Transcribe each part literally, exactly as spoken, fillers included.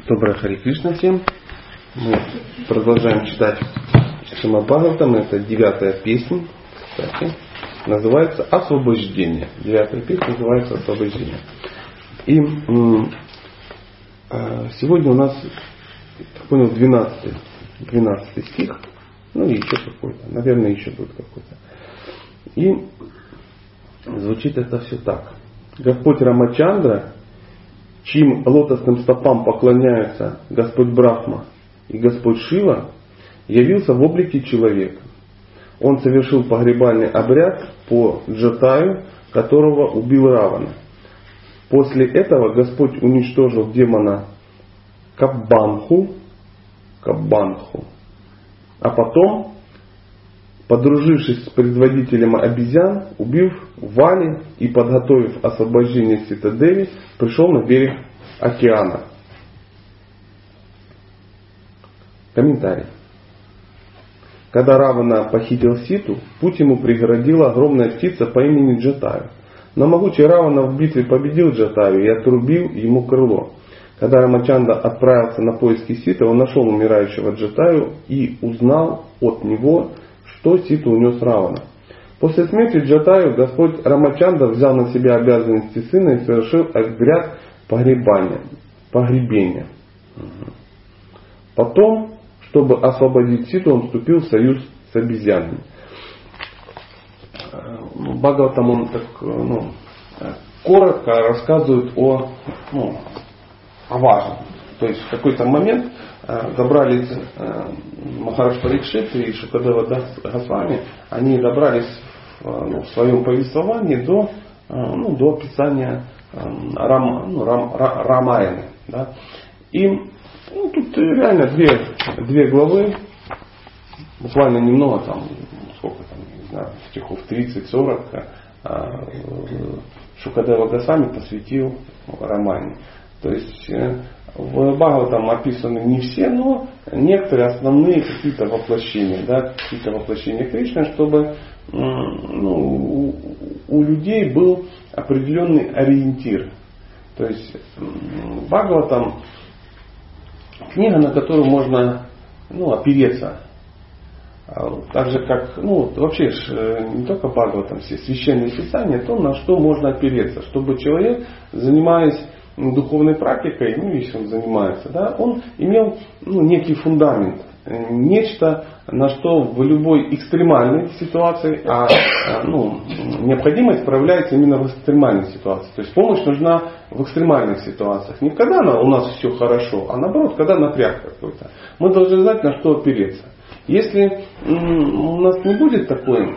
Доброе Хари Кришна всем. Мы продолжаем читать Шримад Бхагаватам. Это девятая песня, кстати, называется «Освобождение». Девятая песня называется «Освобождение». И э, сегодня у нас, я понял, двенадцатый, двенадцатый стих. Ну и еще какой-то. Наверное, еще будет какой-то. И звучит это все так. Господь Рамачандра, чьим лотосным стопам поклоняются Господь Брахма и Господь Шива, явился в облике человека. Он совершил погребальный обряд по Джатаю, которого убил Равана. После этого Господь уничтожил демона Каббанху, Каббанху, а потом, подружившись с предводителем обезьян, убив Вали и подготовив освобождение Сита-Деви, пришел на берег океана. Комментарий. Когда Равана похитил Ситу, путь ему преградила огромная птица по имени Джатаю. Но могучий Равана в битве победил Джатаю и отрубил ему крыло. Когда Рамачандра отправился на поиски Ситы, он нашел умирающего Джатаю и узнал от него, что Ситу унес Равана. После смерти Джатаю Господь Рамачандра взял на себя обязанности сына и совершил обряд погребания, погребения. Потом, чтобы освободить Ситу, он вступил в союз с обезьянами. Бхагаватам он так, ну, коротко рассказывает о, ну, о важном. То есть в какой-то момент добрались Махарадж Парикшит и Шукадева Госвами, они добрались ну, в своем повествовании до, ну, до описания Рам, ну, Рам, Рамаяны. Да? И ну, тут реально две, две главы, буквально немного, там, сколько там, не знаю, стихов тридцать-сорок, Шукадева Госвами посвятил Рамаяне. То есть в Бхагаватам описаны не все, но некоторые основные какие-то воплощения, да, какие-то воплощения Кришны, чтобы ну, у, у людей был определенный ориентир. То есть Бхагаватам книга, на которую можно ну, опереться. Так же как, ну, вообще не только Бхагаватам, все священные писания, то, на что можно опереться, чтобы человек, занимаясь духовной практикой, ну, если он занимается, да, он имел ну, некий фундамент, нечто, на что в любой экстремальной ситуации, а ну, необходимость проявляется именно в экстремальной ситуации. То есть помощь нужна в экстремальных ситуациях. Не когда у нас все хорошо, а наоборот, когда напряг какой-то. Мы должны знать, на что опереться. Если у нас не будет такой,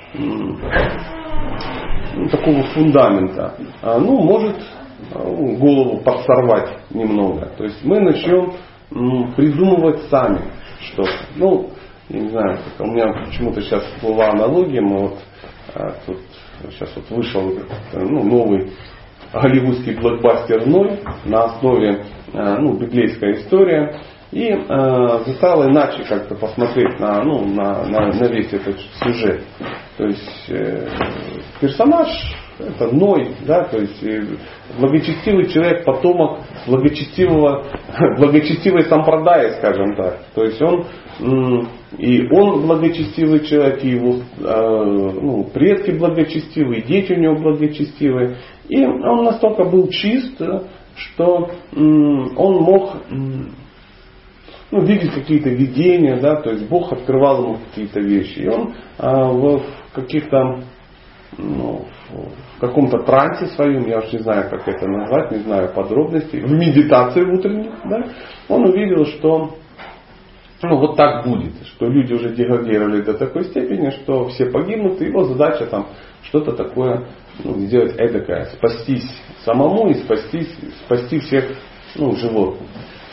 такого фундамента, ну, может голову подсорвать немного. То есть мы начнем придумывать сами что-то. Ну, я не знаю, у меня почему-то сейчас была аналогия, мы вот тут сейчас вот вышел ну, новый голливудский блокбастер «Ноль» на основе ну, библейская история. И э, застало иначе как-то посмотреть на, ну, на, на, на весь этот сюжет. То есть э, персонаж это Ной, да, то есть э, благочестивый человек, потомок благочестивого, благочестивой сампрадаи, скажем так. То есть он м, и он благочестивый человек, и его э, ну, предки благочестивые, дети у него благочестивые. И он настолько был чист, что м, он мог м, ну, видеть какие-то видения, да, то есть Бог открывал ему какие-то вещи. И он а, в каких-то, ну, в каком-то трансе своем, я уж не знаю, как это назвать, не знаю подробностей, в медитации утренней, да, он увидел, что ну, вот так будет, что люди уже деградировали до такой степени, что все погибнут, и его задача там что-то такое ну, сделать эдакое, спастись самому и спастись, спасти всех ну, животных.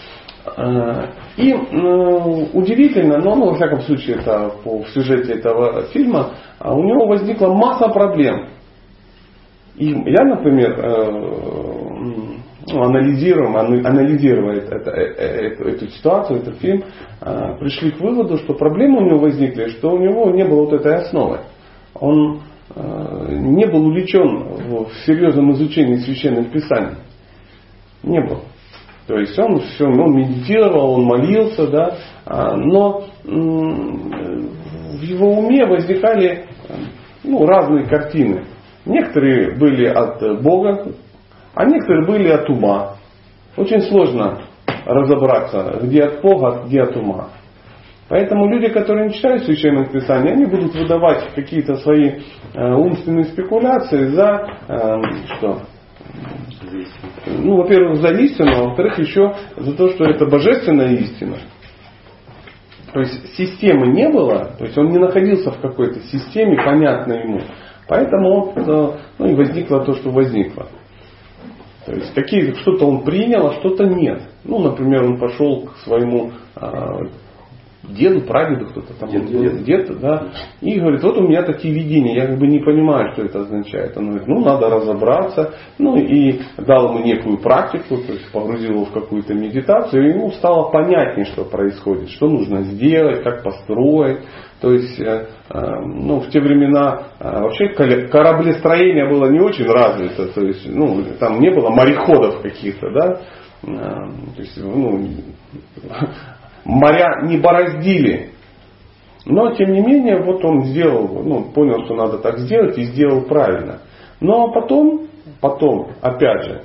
И удивительно, но ну, во всяком случае это по в сюжете этого фильма, у него возникла масса проблем. И я, например, анализируем, анализируя это, эту, эту ситуацию, этот фильм, пришли к выводу, что проблемы у него возникли, что у него не было вот этой основы. Он не был увлечен в серьезном изучении священных писаний. Не был. То есть он все, он медитировал, он молился, да, но в его уме возникали ну, разные картины. Некоторые были от Бога, а некоторые были от ума. Очень сложно разобраться, где от Бога, где от ума. Поэтому люди, которые не читают Священных Писаний, они будут выдавать какие-то свои э, умственные спекуляции за э, что? Ну, во-первых, за истину, а во-вторых, еще за то, что это божественная истина. То есть системы не было, то есть он не находился в какой-то системе, понятной ему. Поэтому он, ну, и возникло то, что возникло. То есть какие, что-то он принял, а что-то нет. Ну, например, он пошел к своему э, деду, прадеду, кто-то там, дед, дед, дед, да, и говорит, вот у меня такие видения, я как бы не понимаю, что это означает. Он говорит, ну, надо разобраться, ну, и дал ему некую практику, то есть погрузил его в какую-то медитацию, и ему стало понятнее, что происходит, что нужно сделать, как построить. То есть, э, ну, в те времена э, вообще кораблестроение было не очень развито, то есть, ну, там не было мореходов каких-то, да, э, то есть, ну, моря не бороздили. Но, тем не менее, вот он сделал, ну, понял, что надо так сделать и сделал правильно. Но потом, потом, опять же,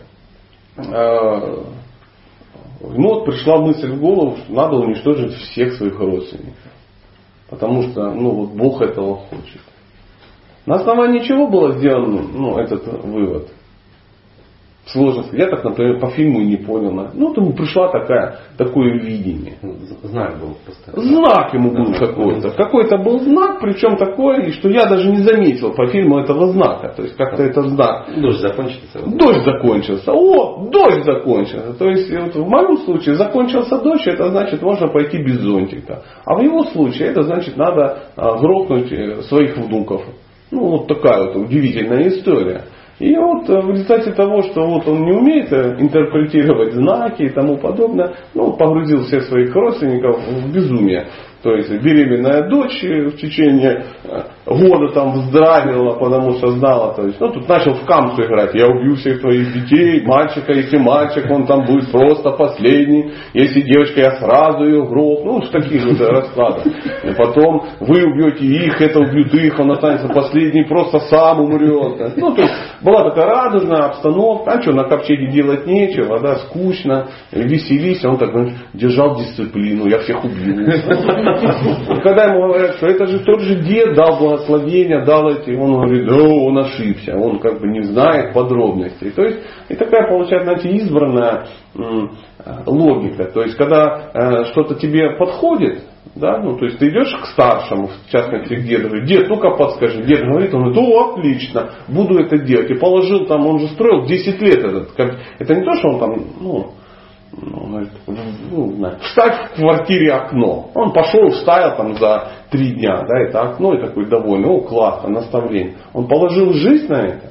э, ну, вот пришла мысль в голову, что надо уничтожить всех своих родственников. Потому что, ну, вот Бог этого хочет. На основании чего был сделан, ну, этот вывод? Сложно сказать. Я так, например, по фильму и не понял. Ну, вот ему пришла такая, такое видение. Знак был поставлен. Знак ему был какой-то. Какой-то был знак, причем такой, что я даже не заметил по фильму этого знака. То есть как-то это знак. Дождь закончился. Дождь закончился. О, дождь закончился. То есть вот в моем случае закончился дождь, это значит можно пойти без зонтика. А в его случае это значит надо грохнуть своих внуков. Ну, вот такая вот удивительная история. И вот в результате того, что вот он не умеет интерпретировать знаки и тому подобное, ну, погрузил всех своих родственников в безумие. То есть беременная дочь в течение года там вздрагивала, потому что знала. То есть, ну, тут начал в камсу играть. Я убью всех твоих детей, мальчика, если мальчик, он там будет просто последний. Если девочка, я сразу ее грохну. Ну, с таких вот раскладов. И потом вы убьете их, это убьют их, он останется последний, просто сам умрет. Ну, то есть была такая радужная обстановка. А что, на ковчеге делать нечего, да, скучно, веселись. Он так, знаешь, держал дисциплину, я всех убью. И когда ему говорят, что это же тот же дед дал благословение, дал эти, он говорит, да, он ошибся, он как бы не знает подробностей. То есть, и такая получается, знаете, избранная м, логика. То есть, когда э, что-то тебе подходит, да, ну, то есть ты идешь к старшему, в частности к деду, говорит, дед, ну-ка подскажи. Дед говорит, он говорит, о, отлично, буду это делать. И положил там, он же строил десять лет этот. Как, это не то, что он там, ну, Ну, говорит, ну, вставь в квартире окно. Он пошел, вставил там за три дня, да, это окно, и такой довольный, о, классно, наставление. Он положил жизнь на это.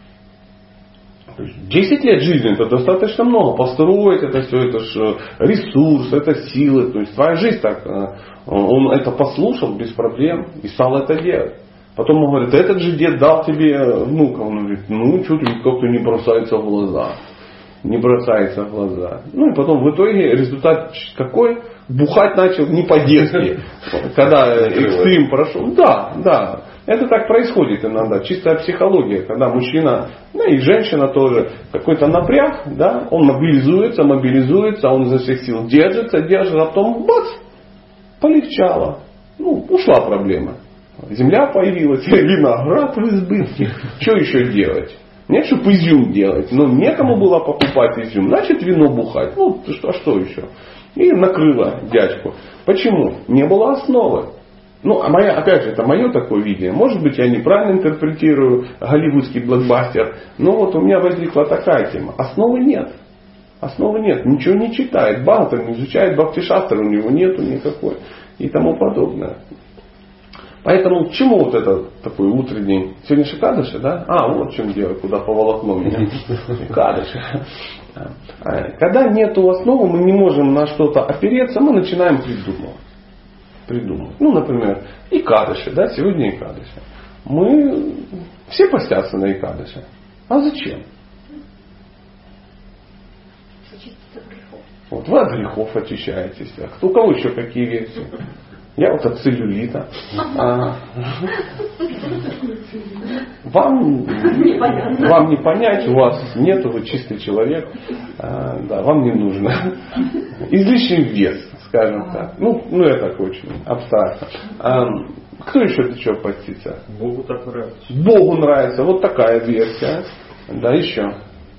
десять лет жизни, это достаточно много. Построить это все, это же ресурс, это силы. То есть твоя жизнь так, он это послушал без проблем и стал это делать. Потом он говорит, этот же дед дал тебе внука. Он говорит, ну, что-то как-то не бросается в глаза. Не бросается в глаза. Ну и потом в итоге результат какой? Бухать начал не по-детски. Когда экстрим прошел. Да, да. Это так происходит иногда. Чистая психология. Когда мужчина, ну и женщина тоже, какой-то напряг, да, он мобилизуется, мобилизуется, он изо всех сил держится, держит, а потом бац, полегчало. Ну, ушла проблема. Земля появилась, виноград в избытке. Что еще делать? Нет, чтобы изюм делать. Но некому было покупать изюм. Значит, вино бухать. Ну, что, что еще? И накрыло дядьку. Почему? Не было основы. Ну, а моя, опять же, это мое такое видение. Может быть, я неправильно интерпретирую голливудский блокбастер. Но вот у меня возникла такая тема. Основы нет. Основы нет. Ничего не читает. Бхагаватам не изучает, Бхакти-шастры у него нету никакой. И тому подобное. Поэтому к чему вот это такой утренний... Сегодня же Экадаши, да? А, вот в чем дело, куда поволокло меня. Экадаши. Когда нет основы, мы не можем на что-то опереться, мы начинаем придумывать. Придумывать. Ну, например, Экадаши, да, сегодня Экадаши. Мы все постятся на Экадаши. А зачем? Вот вы от грехов очищаетесь. А кто, у кого еще какие версии? Я вот от целлюлита. А, вам, вам не понять, у вас нет, вы чистый человек. А, да, вам не нужно. Излишний вес, скажем так. Ну, ну я так очень абстрактно. А, кто еще до чего постится? Богу так нравится. Богу нравится. Вот такая версия. Да, еще.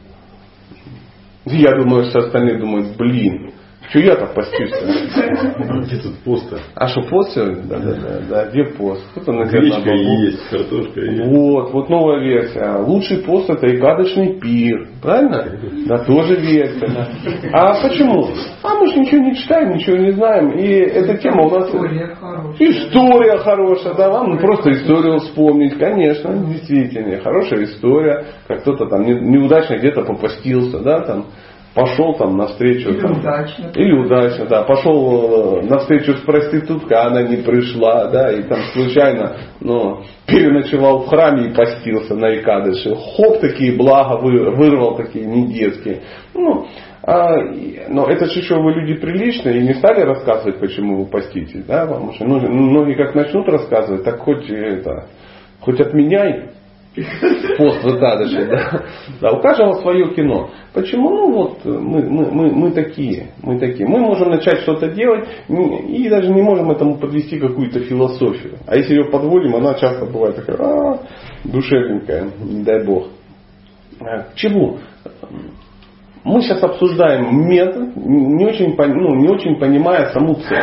Я думаю, что остальные думают, блин, что я так постюсь? Где тут пост-то? А что, пост сегодня? Да, да, да, да. Где пост? Кто-то на гречка есть, картошка есть. Вот, вот новая версия. Лучший пост — это ягодочный пир. Правильно? Да, тоже версия. Да. А почему? А мы же ничего не читаем, ничего не знаем. И эта тема у нас... История хорошая. История хорошая, да, вам просто историю вспомнить, конечно, действительно. Хорошая история, как кто-то там неудачно где-то попастился, да, там. Пошел там навстречу. Или там, удачно. Или удачно, да. Пошел навстречу с проституткой, а она не пришла, да, и там случайно, ну, переночевал в храме и постился на Икадыше. Хоп, такие блага вы, вырвал, такие не детские. Ну, а, но это же еще вы люди приличные и не стали рассказывать, почему вы поститесь, да, потому что ну, многие как начнут рассказывать, так хоть это, хоть отменяй. Пост в Икадыше, да. Да, у каждого свое кино. Почему? Ну вот мы, мы, мы, мы такие, мы такие. Мы можем начать что-то делать и даже не можем этому подвести какую-то философию. А если ее подводим, она часто бывает такая, а, душевненькая, не дай бог. К чему? Мы сейчас обсуждаем метод, не очень, ну, не очень понимая саму цель.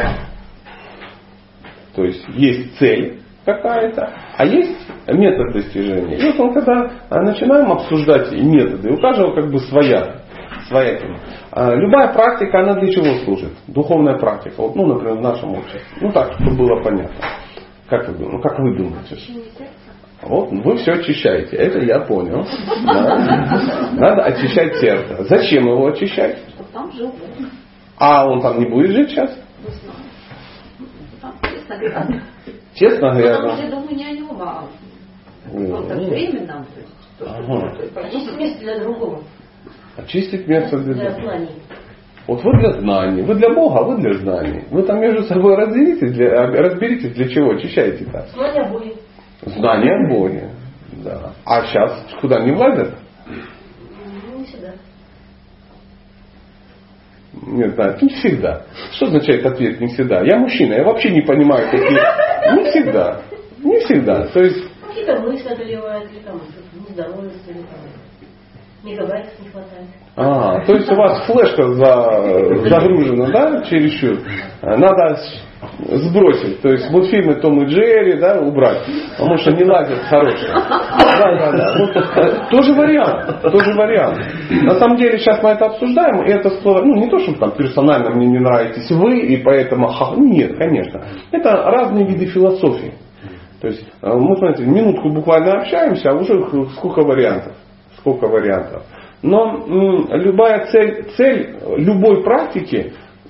То есть есть цель какая-то, а есть метод достижения. И вот он, когда начинаем обсуждать методы, у каждого как бы своя, своя тема. А любая практика, она для чего служит? Духовная практика. Вот, ну, например, в нашем обществе. Ну так, чтобы было понятно. Как вы, ну, как вы думаете? Вот вы все очищаете. Это я понял. Да. Надо очищать сердце. Зачем его очищать? Чтобы там жил Бог. А он там не будет жить сейчас? Честно говоря. Честно говоря. Потому что, я думаю, не о нем, а просто временно. Очистить место для другого. Очистить место для Для другого. знаний. Вот вы для знаний. Вы для Бога, а вы для знаний. Вы там между собой разберитесь, для, разберитесь, для чего очищаете-то. Знания о Боге. Знание о Боге. Да. А сейчас куда не влазят? Ну, не всегда. Не знаю, не всегда. Что означает ответ не всегда? Я мужчина, я вообще не понимаю, какие... Не всегда. Не всегда. То есть... Какие-то мысли одолевают, или там не здоровятся, или там мегабайтов не хватает. А, то есть у вас флешка за, загружена, да, чересчур. Надо сбросить. То есть мультфильмы Том и Джерри, да, убрать. Потому что не лазят хорошие. Да, да, да. Вот, тоже вариант. Тоже вариант. На самом деле сейчас мы это обсуждаем, и это ну, не то, что там персонально мне не нравитесь вы, и поэтому ха, нет, конечно. Это разные виды философии. То есть мы, смотрите, минутку буквально общаемся, а уже сколько вариантов. Сколько вариантов. Но м, любая цель, цель любой практики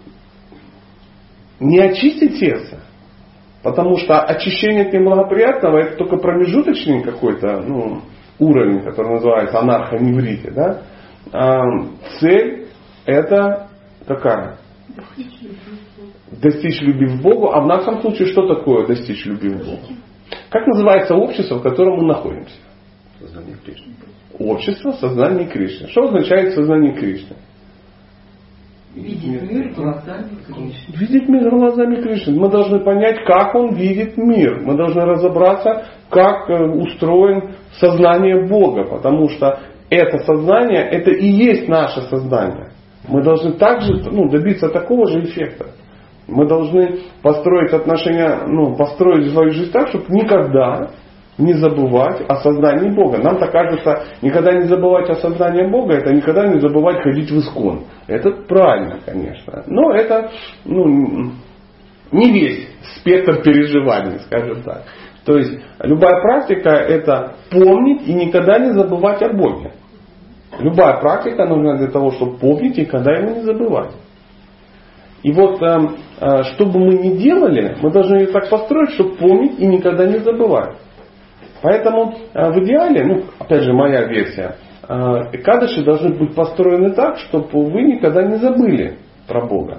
не очистить сердце. Потому что очищение от неблагоприятного это только промежуточный какой-то ну, уровень, который называется анархоневрите. Да? А цель это какая? Достичь любви к Богу. А в нашем случае что такое достичь любви к Богу? Как называется общество, в котором мы находимся? Сознание Кришны. Общество сознания Кришны. Что означает сознание Кришны? Видеть мир глазами Кришны. Видеть мир глазами Кришны. Мы должны понять, как он видит мир. Мы должны разобраться, как устроен сознание Бога. Потому что это сознание, это и есть наше сознание. Мы должны также ну, добиться такого же эффекта. Мы должны построить отношения, ну, построить свою жизнь так, чтобы никогда не забывать о сознании Бога. Нам-то кажется, никогда не забывать о сознании Бога, это никогда не забывать ходить в Искон. Это правильно, конечно. Но это ну, не весь спектр переживаний, скажем так. То есть любая практика это помнить и никогда не забывать о Боге. Любая практика нужна для того, чтобы помнить и никогда его не забывать. И вот, что бы мы ни делали, мы должны ее так построить, чтобы помнить и никогда не забывать. Поэтому в идеале, ну, опять же, моя версия, экадаши должны быть построены так, чтобы вы никогда не забыли про Бога.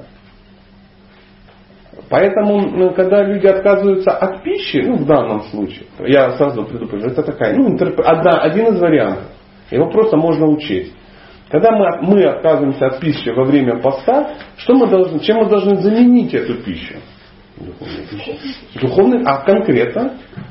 Поэтому, когда люди отказываются от пищи, ну, в данном случае, я сразу предупреждаю, это такая, ну, интерп... одна, один из вариантов. Его просто можно учесть. Когда мы, мы отказываемся от пищи во время поста, что мы должны, чем мы должны заменить эту пищу? Духовный, а конкретно?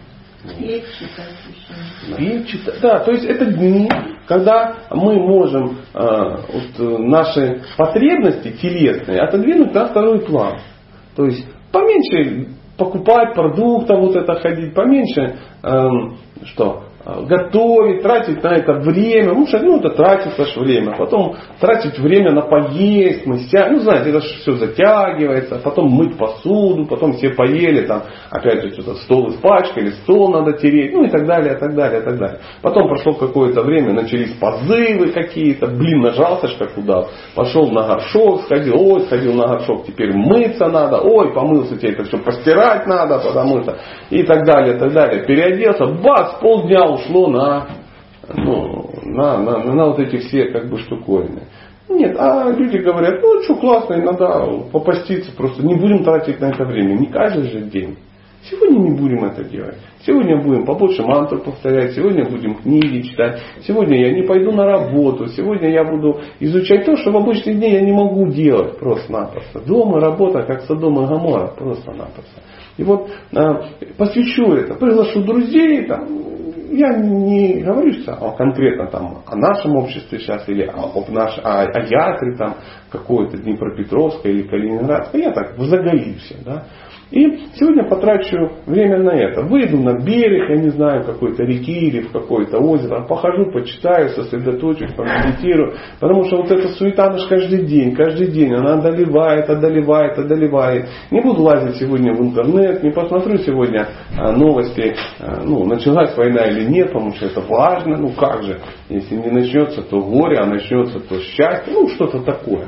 И читать. Да, то есть это дни, когда мы можем э, вот, наши потребности телесные отодвинуть на второй план. То есть поменьше покупать продуктов, вот это ходить, поменьше э, что, готовить, тратить на это время. Ну, что, ну это тратится же время. Потом тратить время на поесть, мыся. Ну, знаете, это же все затягивается. Потом мыть посуду, потом все поели, там, опять же, что-то стол испачкали, стол надо тереть, ну и так далее, и так далее, и так далее. Потом прошло какое-то время, начались позывы какие-то, блин, нажался ж как удав. Пошел на горшок, сходил, ой, сходил на горшок, теперь мыться надо, ой, помылся, тебе это все постирать надо, потому что, и так далее, и так далее. Переоделся, бац, полдня ушло на, ну, на, на, на, на вот эти все как бы штуковины. Нет, а люди говорят, ну что классно, иногда попаститься, просто не будем тратить на это время, не каждый же день. Сегодня не будем это делать. Сегодня будем побольше мантру повторять, сегодня будем книги читать, сегодня я не пойду на работу, сегодня я буду изучать то, что в обычные дни я не могу делать просто-напросто. Дома работа, как Содом и Гоморра, просто-напросто. И вот посвящу это, приглашу друзей, там, я не говорю о конкретно там, о нашем обществе сейчас или о, об наш, о, о Ятре, там, какой-то Днепропетровской или Калининградской. Я так заголился. Да? И сегодня потрачу время на это. Выйду на берег, я не знаю, какой-то реки или в какое-то озеро, похожу, почитаю, сосредоточусь, помедитирую. Потому что вот эта суета наш каждый день, каждый день, она одолевает, одолевает, одолевает. Не буду лазить сегодня в интернет, не посмотрю сегодня новости, ну, началась война или нет, потому что это важно. Ну как же, если не начнется, то горе, а начнется, то счастье. Ну что-то такое.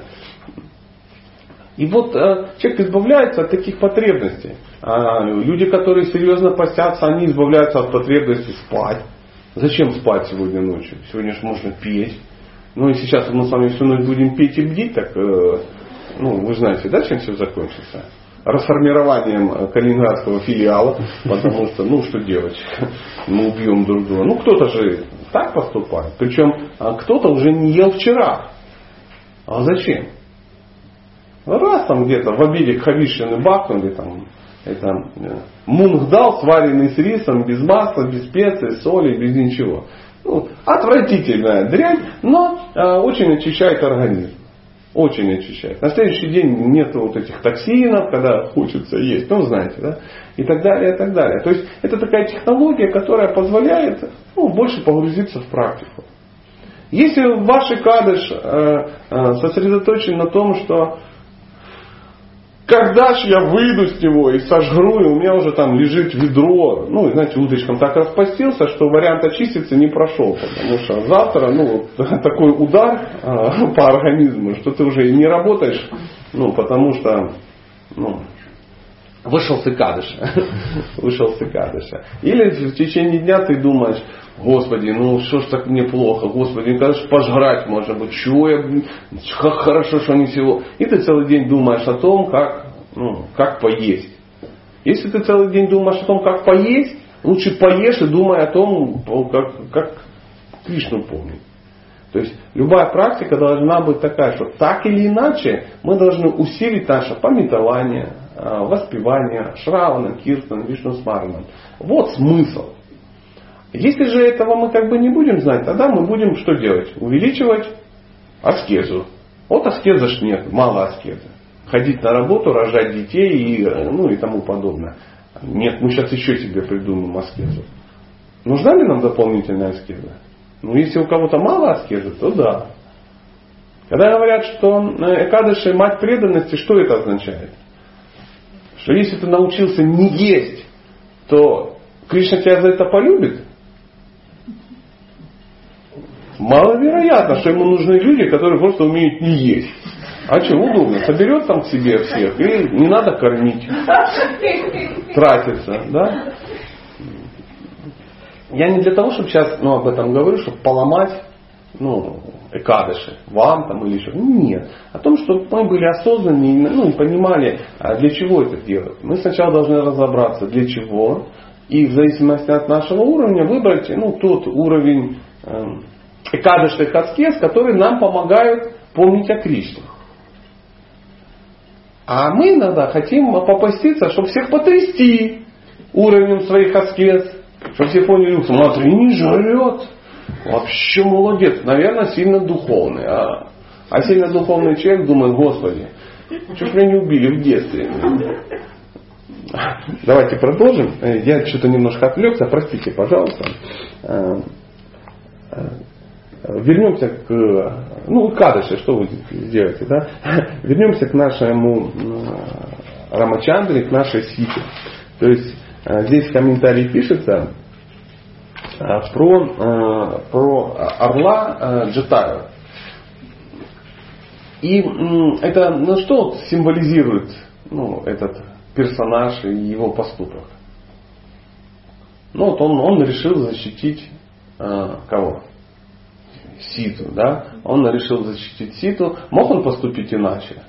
И вот э, человек избавляется от таких потребностей. А люди, которые серьезно постятся, они избавляются от потребности спать. Зачем спать сегодня ночью? Сегодня же можно петь. Ну и сейчас мы с вами всю ночь будем петь и бдить, так, э, ну вы знаете, да, чем все закончится? Расформированием калининградского филиала, потому что, ну что делать, мы убьем друг друга. Ну кто-то же так поступает. Причем кто-то уже не ел вчера. А зачем? Раз там где-то в обеде хавишины бахнули, там, это, мунг дал, сваренный с рисом, без масла, без специй, соли, без ничего. Ну, отвратительная дрянь, но э, очень очищает организм. Очень очищает. На следующий день нет вот этих токсинов, когда хочется есть, ну знаете, да, и так далее, и так далее. То есть это такая технология, которая позволяет, ну, больше погрузиться в практику. Если ваш кадыш э, э, сосредоточен на том, что когда же я выйду с него и сожгру, и у меня уже там лежит ведро. Ну, знаете, утречком так распастился, что вариант очиститься не прошел. Потому что завтра, ну, такой удар а, по организму, что ты уже и не работаешь, ну, потому что, ну, вышел с икадыша. Вышел с икадыша. Или в течение дня ты думаешь, Господи, ну что ж так мне плохо, Господи, мне кажется, пожрать можно быть, чего я, как хорошо, что не всего. И ты целый день думаешь о том, как, ну, как поесть. Если ты целый день думаешь о том, как поесть, лучше поешь и думай о том, как, как Кришну помнить. То есть любая практика должна быть такая, что так или иначе мы должны усилить наше памятование, воспевание, Шравана, Киртан, Вишну Смаранам. Вот смысл. Если же этого мы как бы не будем знать, тогда мы будем что делать? Увеличивать аскезу. Вот аскеза ж нет, мало аскезы. Ходить на работу, рожать детей и, ну, и тому подобное. Нет, мы сейчас еще себе придумаем аскезу. Нужна ли нам дополнительная аскеза? Ну, если у кого-то мало аскезы, то да. Когда говорят, что экадыши мать преданности, что это означает? Что если ты научился не есть, то Кришна тебя за это полюбит? Маловероятно, что ему нужны люди, которые просто умеют не есть. А что, удобно. Соберет там к себе всех и не надо кормить. Тратиться, да? Я не для того, чтобы сейчас, ну, об этом говорю, чтобы поломать ну, экадыши, вам там или еще. Нет. О том, что мы были осознанны, ну, и понимали, для чего это делать. Мы сначала должны разобраться, для чего. И в зависимости от нашего уровня выбрать ну, тот уровень э, экадышных аскез, которые нам помогают помнить о Кришне. А мы иногда хотим попаститься, чтобы всех потрясти уровнем своих аскез. Чтобы все поняли, смотри, не жрет. Вообще молодец. Наверное, сильно духовный. А, а сильно духовный человек думает, Господи, чуть меня не убили в детстве. Давайте продолжим. Я что-то немножко отвлекся. Простите, пожалуйста. Вернемся к... Ну, кадыши, что вы сделаете, да? Вернемся к нашему Рамачандре, к нашей сите. То есть, здесь в комментарии пишется про, про орла Джатаю. И это, ну, что символизирует ну, этот персонаж и его поступок? Ну, вот он, он решил защитить кого? Ситу, да? Он решил защитить Ситу. Мог он поступить иначе?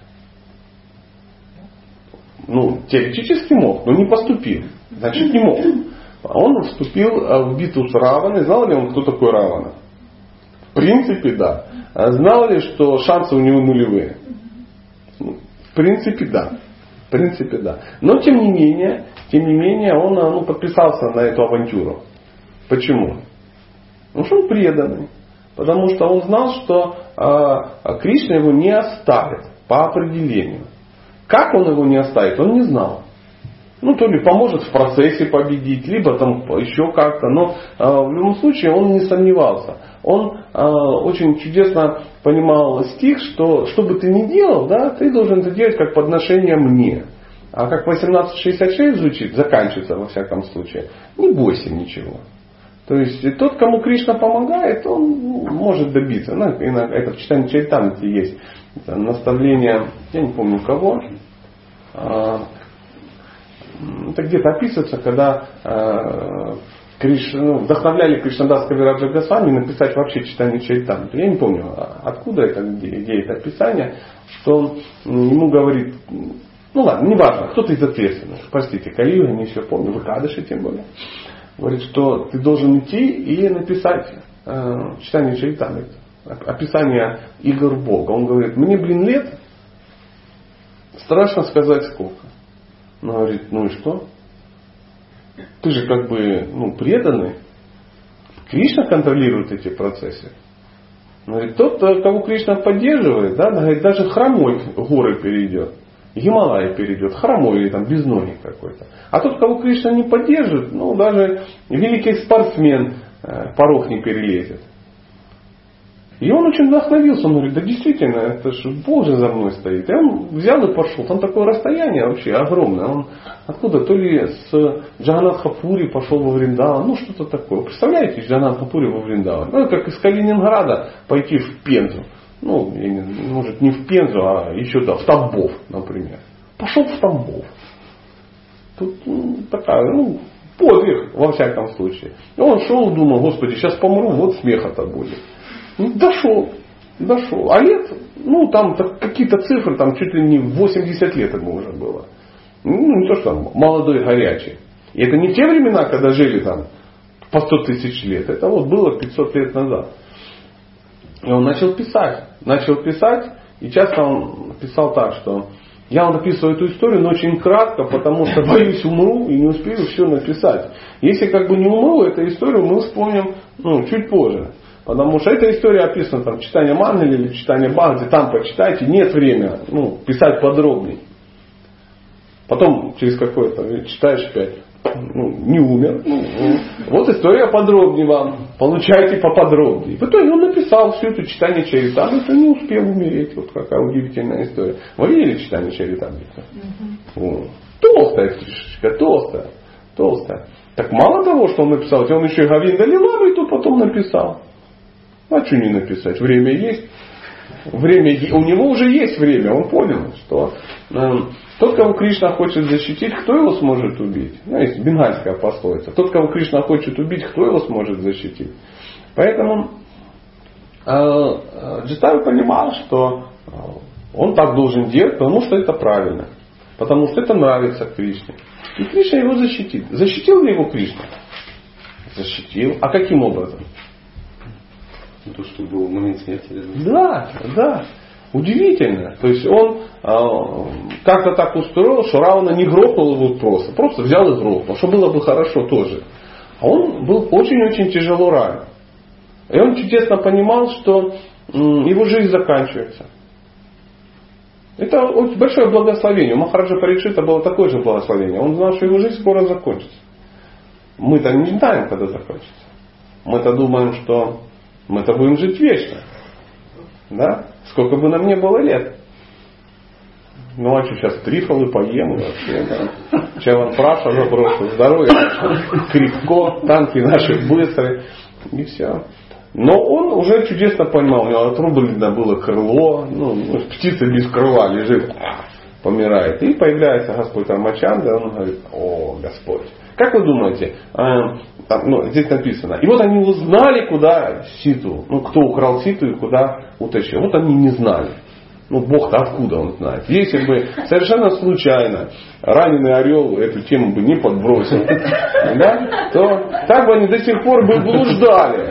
Ну, теоретически мог, но не поступил. Значит, не мог. Он вступил в битву с Раваной. Знал ли он, кто такой Равана? В принципе, да. Знал ли, что шансы у него нулевые? В принципе, да. В принципе, да. Но, тем не менее, тем не менее, он ну, подписался на эту авантюру. Почему? Потому что он преданный. Потому что он знал, что э, Кришна его не оставит по определению. Как он его не оставит, он не знал. Ну, то ли поможет в процессе победить, либо там еще как-то. Но э, в любом случае он не сомневался. Он э, очень чудесно понимал стих, что что бы ты ни делал, да, ты должен это делать как подношение мне. А как восемнадцать шестьдесят шесть звучит, заканчивается во всяком случае, не бойся ничего. То есть тот, кому Кришна помогает, он может добиться. Ну, это в читании Чайтамрити есть это наставление, я не помню кого. Это где-то описывается, когда Кришна, ну, вдохновляли Кришнадас Кавираджа Госвами написать вообще читание Чайтамрити. Я не помню, откуда это, где, где это описание, что он ему говорит, ну ладно, неважно, кто-то из ответственных. Простите, Кали-юга, не все помню, вы Кадыши тем более. Говорит, что ты должен идти и написать э, читание Чайтамрити, описание игр Бога. Он говорит, мне, блин, лет, страшно сказать сколько. Он говорит, ну и что? Ты же как бы ну, преданный. Кришна контролирует эти процессы. Он говорит, тот, кого Кришна поддерживает, да, говорит, даже хромой горы перейдет. Гималай перейдет, хромой или там без ноги какой-то. А тот, кого Кришна не поддержит, ну даже великий спортсмен э, порог не перелезет. И он очень вдохновился, он говорит, да действительно, это же Бог же за мной стоит. И он взял и пошел. Там такое расстояние вообще огромное. Он откуда, то ли с Джаганатха-Пури пошел во Вриндаван, ну что-то такое. Представляете, Джаганатха-Пури во Вриндаван? Ну, как из Калининграда пойти в Пензу. Ну, может не в Пензу, а еще да, в Тамбов, например. Пошел в Тамбов. Тут ну, такая, ну, подвиг во всяком случае. И он шел, думал, Господи, сейчас помру, вот смеха-то будет. Ну, дошел, дошел. А лет, ну, там какие-то цифры, там чуть ли не восемьдесят лет ему уже было. Ну, не то, что там молодой, горячий. И это не те времена, когда жили там по сто тысяч лет. Это вот было пятьсот лет назад. И он начал писать. Начал писать. И часто он писал так, что я вам написываю эту историю, но очень кратко, потому что боюсь умру и не успею все написать. Если как бы не умру, эту историю мы вспомним ну, чуть позже. Потому что эта история описана там читание Мангали или читание Бхагавати, там почитайте, нет времени ну, писать подробней. Потом через какое-то читаешь опять, ну, не умер. Ну, вот история подробнее вам, получайте поподробнее. В итоге он написал всю эту читание Чаритамриты, не успел умереть. Вот какая удивительная история. Вы видели читание Чаритамриты? Mm-hmm. Толстая книжечка, толстая, толстая. Так мало того, что он написал, он еще и Говинда Лиламриту потом написал. А что не написать? Время есть. Время, у него уже есть время. Он понял, что э, тот, кого Кришна хочет защитить, кто его сможет убить? Ну, есть бенгальская пословица. Тот, кого Кришна хочет убить, кто его сможет защитить? Поэтому Джитава понимал, что он так должен делать, потому что это правильно. Потому что это нравится Кришне. И Кришна его защитит. Защитил ли его Кришна? Защитил. А каким образом? То, что был в момент смерти. Да, да. Удивительно. То есть он э, как-то так устроил, что Равана не грохнул его просто. Просто взял и грохнул. Что было бы хорошо тоже. А он был очень-очень тяжело ранен. И он чудесно понимал, что м, его жизнь заканчивается. Это очень большое благословение. У Махараджа Парикшита было такое же благословение. Он знал, что его жизнь скоро закончится. Мы-то не знаем, когда закончится. Мы-то думаем, что мы-то будем жить вечно. Да? Сколько бы нам не было лет. Ну а что сейчас трифолы поем и вообще, да. Чаванпраша заброшу, здоровье крепко, танки наши быстрые и все. Но он уже чудесно понимал, у него отрублено было крыло, ну, птица без крыла лежит, помирает. И появляется Господь Рамачандра, он говорит: о, Господь. Как вы думаете, э, там, ну, здесь написано, и вот они узнали, куда Ситу, ну, кто украл Ситу и куда утащил. Вот они не знали. Ну, Бог-то откуда он знает? Если бы совершенно случайно раненый орел эту тему бы не подбросил, да, то так бы они до сих пор бы блуждали.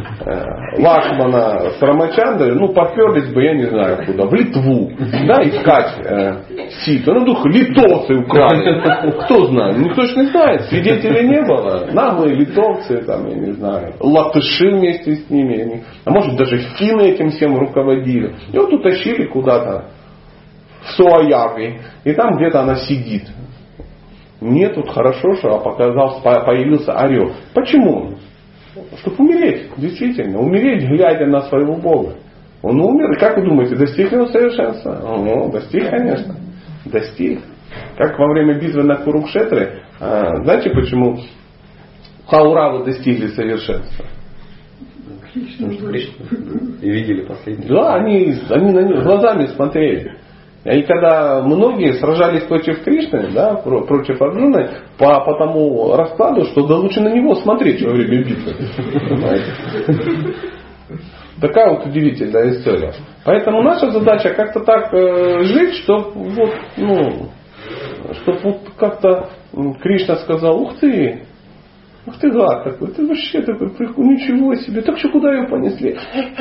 Лакшмана с Рамачандрой, ну, поперлись бы, я не знаю куда, в Литву, да, искать э, Ситу. Ну, дух, литовцы украли. Кто знает? Никто ж не знает. Свидетелей не было. Нам и литовцы, там, я не знаю, латыши вместе с ними, а может даже финны этим всем руководили. И вот утащили куда-то в Суаяви, и там где-то она сидит. Нет, тут хорошо, что показался, появился орел. Почему? Чтобы умереть, действительно. Умереть, глядя на своего Бога. Он умер, и как вы думаете, достиг его совершенства? Ну, достиг, конечно. Достиг. Как во время битвы на Курукшетре, знаете, почему Кауравы достигли совершенства? И видели последний. Да, они, они на них глазами смотрели. И когда многие сражались против Кришны, да, против Арджуны, по, по тому раскладу, что да лучше на него смотреть во время битвы. Такая вот удивительная история. Поэтому наша задача как-то так э, жить, чтобы вот, ну, чтобы вот как-то Кришна сказал: ух ты, ух ты гад такой, ты вообще такой, ничего себе, так что куда ее понесли?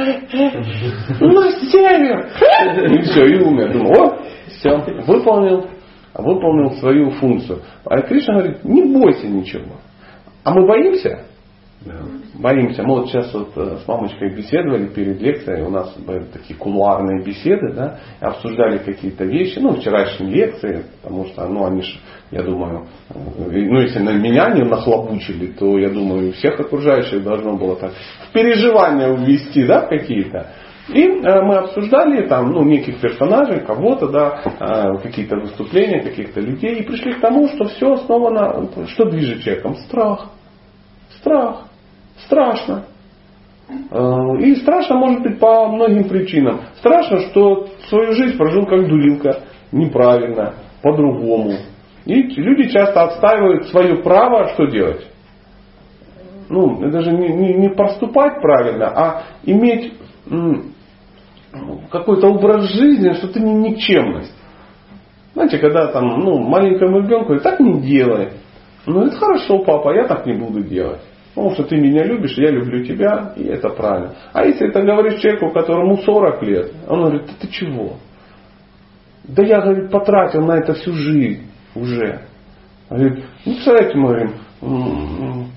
На север! И все, и умер. Думаю, о, все, выполнил, выполнил свою функцию. А Кришна говорит: не бойся ничего. А мы боимся? Да. Боимся. Мы вот сейчас вот с мамочкой беседовали перед лекцией, у нас были такие кулуарные беседы, да, обсуждали какие-то вещи, ну, вчерашние лекции, потому что, ну, они же, я думаю, ну, если на меня не нахлобучили, то, я думаю, всех окружающих должно было так в переживания ввести, да, какие-то. И э, мы обсуждали там, ну, неких персонажей, кого-то, да, э, какие-то выступления, каких-то людей, и пришли к тому, что все основано, что движет человеком? Страх. Страх. Страшно. И страшно может быть по многим причинам. Страшно, что свою жизнь прожил как дурилка. Неправильно. По-другому. И люди часто отстаивают свое право, что делать? Ну, даже не, не, не поступать правильно, а иметь м, какой-то образ жизни, что ты не никчемность. Знаете, когда там, ну, маленькому ребенку говорит: так не делай. Ну, это хорошо, папа, я так не буду делать. Потому что ты меня любишь, я люблю тебя, и это правильно. А если это говоришь человеку, которому сорок лет, он говорит: ты, ты чего? Да я, говорит, потратил на это всю жизнь уже. Он говорит: ну, представляете, мы говорим,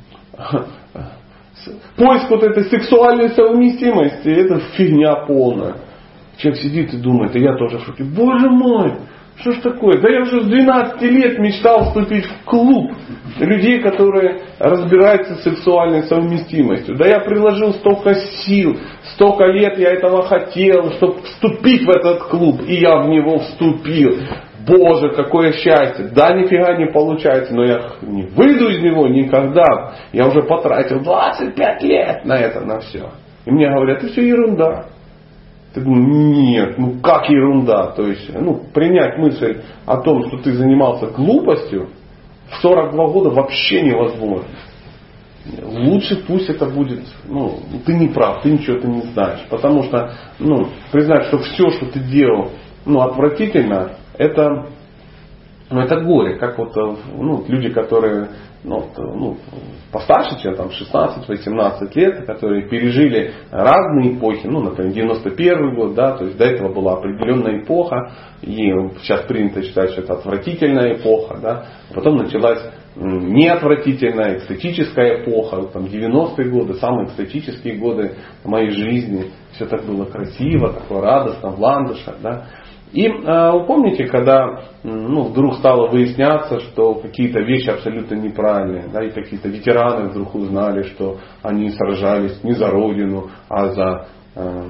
поиск вот этой сексуальной совместимости, это фигня полная. Человек сидит и думает, и я тоже в шоке: боже мой, что ж такое? Да я уже с двенадцати лет мечтал вступить в клуб людей, которые разбираются с сексуальной совместимостью. Да я приложил столько сил, столько лет я этого хотел, чтобы вступить в этот клуб. И я в него вступил. Боже, какое счастье. Да, нифига не получается, но я не выйду из него никогда. Я уже потратил двадцать пять лет на это, на все. И мне говорят: это все ерунда. Ты думаешь: нет, ну как ерунда? То есть, ну, принять мысль о том, что ты занимался глупостью, в сорок два года вообще невозможно. лучше пусть это будет, ну, ты не прав, ты ничего-то не знаешь. Потому что, ну, признать, что все, что ты делал, ну, отвратительно, это, ну, это горе. Как вот, ну, люди, которые, ну, ну, постарше, чем там шестнадцать-восемнадцать лет, которые пережили разные эпохи, ну, например, девяносто первый год, да, то есть до этого была определенная эпоха, и сейчас принято считать, что это отвратительная эпоха, да, потом началась неотвратительная экстатическая эпоха, там девяностые годы, самые экстатические годы моей жизни, все так было красиво, такое радостно, в ландышах, да. И э, вы помните, когда ну, вдруг стало выясняться, что какие-то вещи абсолютно неправильные, да, и какие-то ветераны вдруг узнали, что они сражались не за Родину, а за э,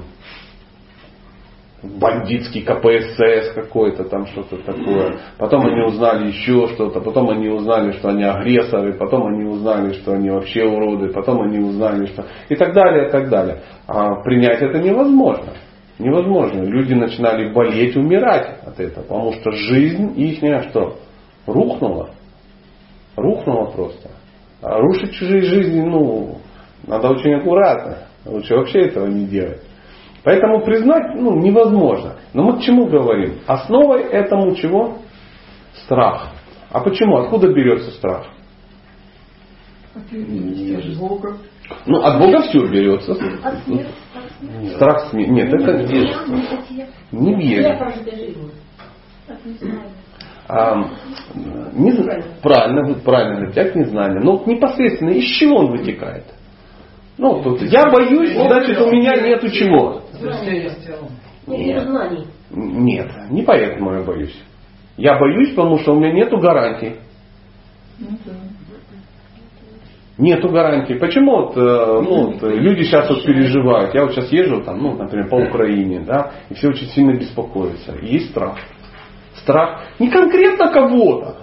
бандитский ка пэ эс эс какой-то, там что-то такое. Потом они узнали еще что-то, потом они узнали, что они агрессоры, потом они узнали, что они вообще уроды, потом они узнали, что... И так далее, и так далее. А принять это невозможно. Невозможно. Люди начинали болеть, умирать от этого, потому что жизнь ихняя что? Рухнула. Рухнула просто. А рушить чужие жизни, ну, надо очень аккуратно. Лучше вообще этого не делать. Поэтому признать, ну, невозможно. Но мы к чему говорим? Основой этому чего? Страх. А почему? Откуда берется страх? От Бога. Ну, от Бога все берется. От смерти. Страх смерти. Нет, это невежество. Невежество. А, не, правильно, правильно говорите, от незнания. Но непосредственно из чего он вытекает? Ну, тут, я боюсь, значит у меня нету чего. Нет, нет, не поэтому я боюсь. Я боюсь, потому что у меня нету гарантий. Нету гарантий. Почему вот, ну, вот, люди сейчас вот переживают? Я вот сейчас езжу, там, ну, например, по Украине, да, и все очень сильно беспокоятся. И есть страх. Страх не конкретно кого-то,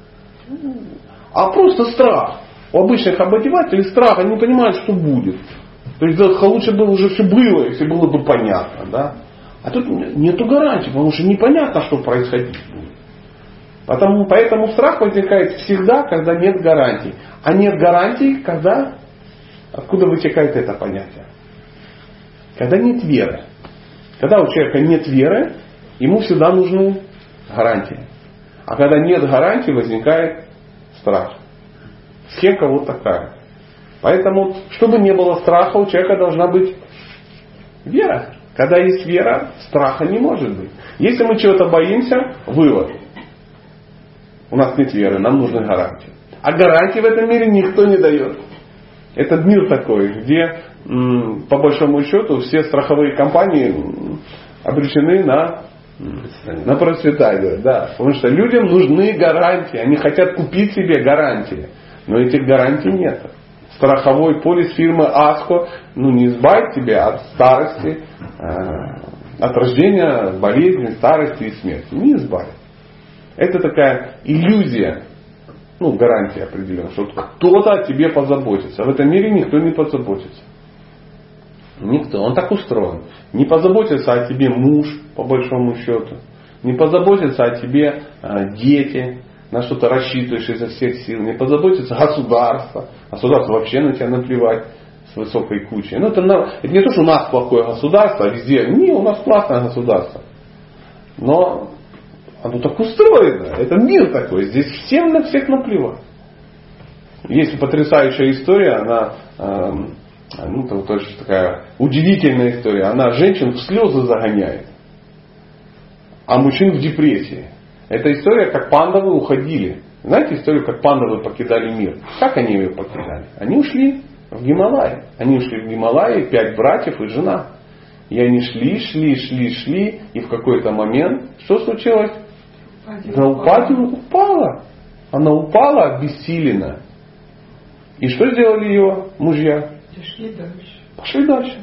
а просто страх. У обычных обывателей страх, они не понимают, что будет. То есть да, лучше бы уже все было, если было бы понятно. Да? А тут нету гарантии, потому что непонятно, что происходить будет. Потому, поэтому страх возникает всегда, когда нет гарантий. А нет гарантий, когда... Откуда вытекает это понятие? Когда нет веры. Когда у человека нет веры, ему всегда нужны гарантии. А когда нет гарантий, возникает страх. Схема вот такая. Поэтому, чтобы не было страха, у человека должна быть вера. Когда есть вера, страха не может быть. Если мы чего-то боимся, вывод. У нас нет веры, нам нужны гарантии. А гарантии в этом мире никто не дает. Это мир такой, где по большому счету все страховые компании обречены на, на процветание. Да. Потому что людям нужны гарантии. Они хотят купить себе гарантии. Но этих гарантий нет. Страховой полис фирмы Аско ну, не избавит тебя от старости, от рождения, болезни, старости и смерти. Не избавит. Это такая иллюзия, ну, гарантия определенная, что кто-то о тебе позаботится. В этом мире никто не позаботится. Никто. Он так устроен. Не позаботится о тебе муж, по большому счету. Не позаботится о тебе дети, на что ты рассчитываешь изо всех сил. Не позаботится государство. Государство вообще на тебя наплевать с высокой кучей. Ну, это, это не то, что у нас плохое государство, а везде. Не, у нас классное государство. Но оно так устроено. Это мир такой. Здесь всем на всех наплевать. Есть потрясающая история. Она, э, ну, это тоже такая удивительная история. Она женщин в слезы загоняет, а мужчин в депрессии. Эта история, как пандавы уходили. Знаете историю, как пандавы покидали мир? Как они ее покидали? Они ушли в Гималай. Они ушли в Гималай, пять братьев и жена. И они шли, шли, шли, шли. И в какой-то момент, что случилось? Она упала, упала. Она упала обессилена. И что сделали ее мужья? Пошли дальше. Пошли дальше.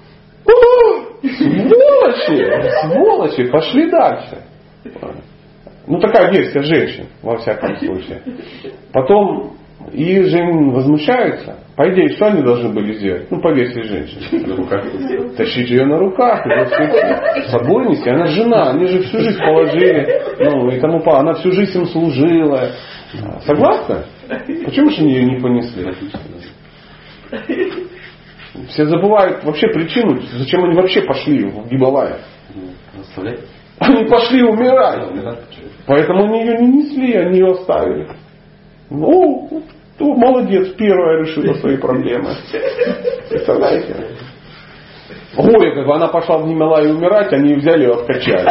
О, сволочи! Сволочи! Пошли дальше. Ну, такая версия женщин, во всяком случае. Потом и женщины возмущаются. По идее, что они должны были сделать? Ну, по версии женщин. Тащить ее на руках, с собой нести. Она жена, они же всю жизнь положили. Ну, и тому по. Она всю жизнь им служила. Согласны? Почему же ее не понесли? Все забывают вообще причину, зачем они вообще пошли в Гималай. Они пошли умирать. Поэтому они ее не несли, они ее оставили. Ну, ну молодец, первая решила свои проблемы. Представляете? Горе, как бы она пошла в Гималай умирать, они взяли ее откачали.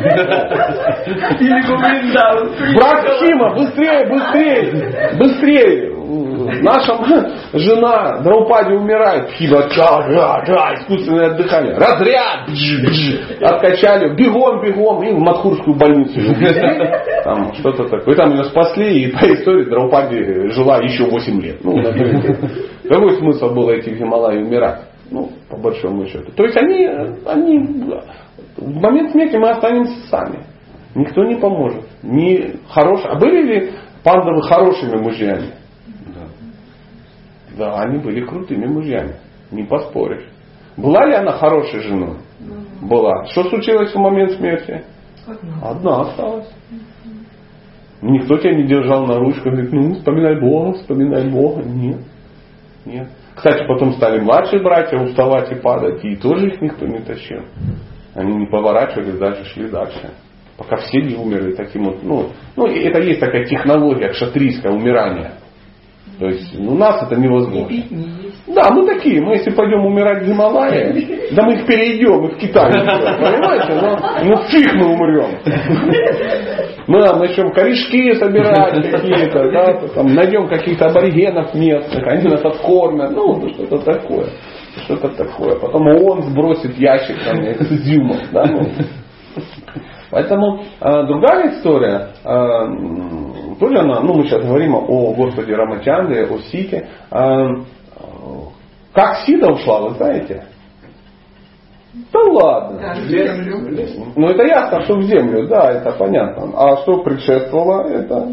Брат Хима, быстрее, быстрее, быстрее. Наша жена Драупади умирает. Хима, да, да, да, искусственное дыхание. Разряд. Откачали. Бегом, бегом. И в Мадхурскую больницу. Там что-то такое. И там ее спасли. И по истории Драупади жила еще восемь лет. Ну, какой смысл было идти в Гималай умирать? Ну, по большому счету. То есть они, они в момент смерти мы останемся сами. Никто не поможет. Не хорош... А были ли пандавы хорошими мужьями? Да, они были крутыми мужьями. Не поспоришь. Была ли она хорошей женой? Была. Что случилось в момент смерти? Одна. Одна осталась. Никто тебя не держал на ручках и говорит, ну, вспоминай Бога, вспоминай Бога. Нет. Нет. Кстати, потом стали младшие братья уставать и падать, и тоже их никто не тащил. Они не поворачивались, дальше шли дальше. Пока все не умерли таким вот. Ну, ну это есть такая технология кшатрийское умирание. То есть у нас это невозможно. Да, мы такие, мы если пойдем умирать в Гималае, да мы их перейдем, и в Китай, понимаете, но ну фиг мы умрем. Мы там начнем корешки собирать какие-то, да, там, найдем каких-то аборигенов местных, они нас откормят, ну что-то такое. Что-то такое. Потом он сбросит ящик там, с изюмом. Да, ну. Поэтому э, другая история, э, тоже она, ну мы сейчас говорим о Господе Рамачандре, о Сите. Э, как Сита ушла, вы знаете? Да ладно. Да, в землю. Ну это ясно, что в землю, да, это понятно. А что предшествовало? Это